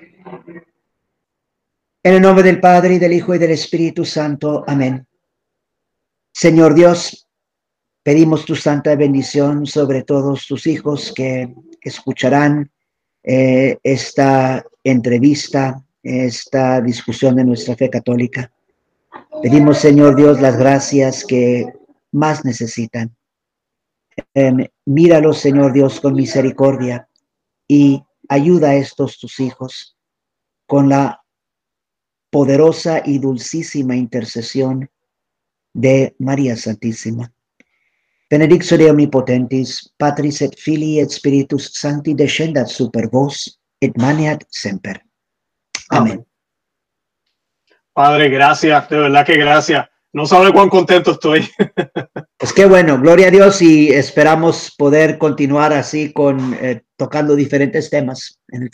En el nombre del Padre, y del Hijo, y del Espíritu Santo. Amén. Señor Dios, pedimos tu santa bendición sobre todos tus hijos que escucharán eh, esta entrevista, esta discusión de nuestra fe católica. Pedimos, Señor Dios, las gracias que más necesitan. Eh, míralos, Señor Dios, con misericordia y ayuda a estos tus hijos con la poderosa y dulcísima intercesión de María Santísima. Benedictio Dei omnipotentis, Patris et Filii et Spiritus Sancti descendat super vos et maneat semper. Amén. Amén. Padre, gracias, de verdad que gracias. No sabe cuán contento estoy. Pues qué bueno, gloria a Dios, y esperamos poder continuar así con eh, tocando diferentes temas en el